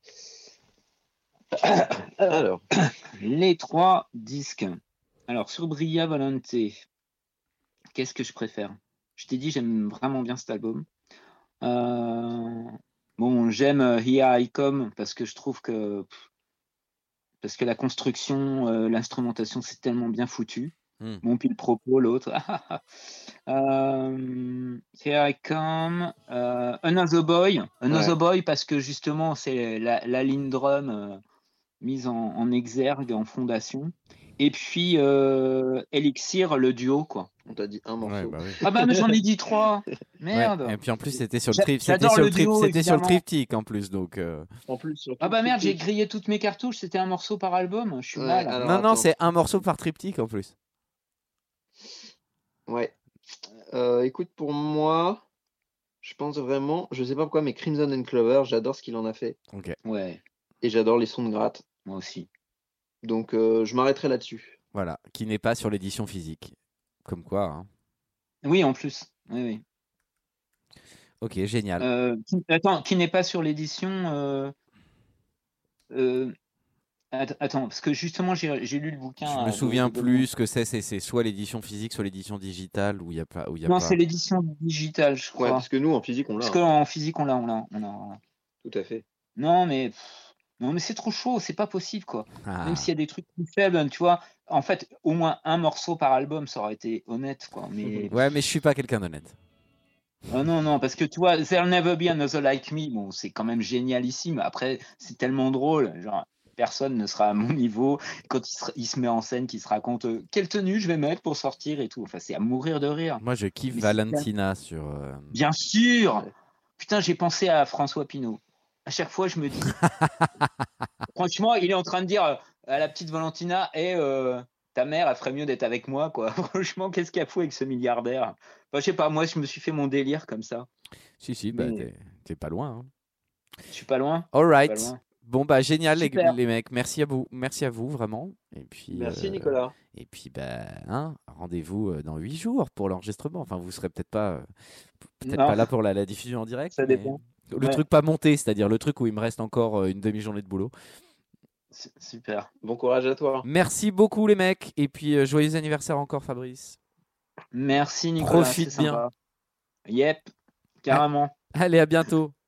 Alors, Les trois disques. Alors, sur Bria Volante, qu'est-ce que je préfère? Je t'ai dit, j'aime vraiment bien cet album. Euh, Bon, j'aime euh, Here I Come parce que je trouve que parce que la construction, euh, l'instrumentation, c'est tellement bien foutu. Mm. Bon, puis le propos, l'autre. euh, Here I Come, euh, Another Boy, Another Ouais. Boy parce que justement, c'est la, la ligne drum euh, mise en, en exergue, en fondation. Et puis euh, Elixir, le duo, quoi. On t'a dit un morceau. Ouais, bah oui. Ah bah mais j'en ai dit trois. Merde. Ouais. Et puis en plus, c'était sur le J'a- trip, c'était j'adore sur le le trip, duo, c'était sur le évidemment. triptyque en plus, donc. euh, En plus, surtout Ah bah le merde, j'ai triptyque. grillé toutes mes cartouches, c'était un morceau par album, je suis Ouais, mal. alors- non, non, attends. c'est un morceau par triptyque en plus. Ouais. Euh, écoute, pour moi, je pense vraiment, je sais pas pourquoi, mais Crimson and Clover, j'adore ce qu'il en a fait. Ok. Ouais, Et j'adore les sons de gratte. moi aussi. Donc, euh, je m'arrêterai là-dessus. Voilà, qui n'est pas sur l'édition physique. Comme quoi. Hein. Oui, en plus. Oui, oui. Ok, génial. Euh, qui- attends, qui n'est pas sur l'édition. euh, euh, att- attends, parce que justement, j'ai j'ai lu le bouquin. Je euh, me de- souviens de- plus ce que c'est. C'est c'est soit l'édition physique, soit l'édition digitale où il y a pas. Où il y a Non, pas... c'est l'édition digitale, je Ouais, crois. parce que nous, en physique, on l'a. Parce hein. qu'en physique, on l'a, on l'a, on a. Tout à fait. Non, mais pff, non, mais c'est trop chaud, c'est pas possible, quoi. Ah. Même s'il y a des trucs plus faibles, tu vois. En fait, au moins un morceau par album, ça aurait été honnête, quoi. Mais Ouais, mais je suis pas quelqu'un d'honnête. oh non, non, parce que tu vois, There'll Never Be Another Like Me, bon, c'est quand même génialissime. Après, c'est tellement drôle, genre, personne ne sera à mon niveau. Quand il se, il se met en scène, qu'il se raconte euh, quelle tenue je vais mettre pour sortir et tout. Enfin, c'est à mourir de rire. Moi, je kiffe Mais c'est Valentina sur. euh, Bien sûr. Ouais. Putain, j'ai pensé à François Pinault. À chaque fois, je me dis, franchement, il est en train de dire euh, à la petite Valentina, et ta mère, elle ferait mieux d'être avec moi, quoi. Franchement, qu'est-ce qu'il y a fou avec ce milliardaire? Enfin, je sais pas, moi, je me suis fait mon délire comme ça. Si, si, bah, Mais- t'es- t'es pas loin. Hein. Je suis pas loin. All right. Pas loin. Bon, bah, génial, les, Super. les mecs. Merci à vous. Merci à vous, vraiment. Et puis, Merci, euh, Nicolas. Et puis, bah, hein, rendez-vous euh, dans huit jours pour l'enregistrement. Enfin, vous serez peut-être pas, euh, peut-être Non. pas là pour la, la diffusion en direct. Ça mais dépend. Le Ouais. truc pas monté, c'est-à-dire le truc où il me reste encore euh, une demi-journée de boulot. S- Super. Bon courage à toi. Merci beaucoup, les mecs. Et puis, euh, joyeux anniversaire encore, Fabrice. Merci, Nicolas. Profite c'est sympa. bien. Yep, carrément. Allez, à bientôt.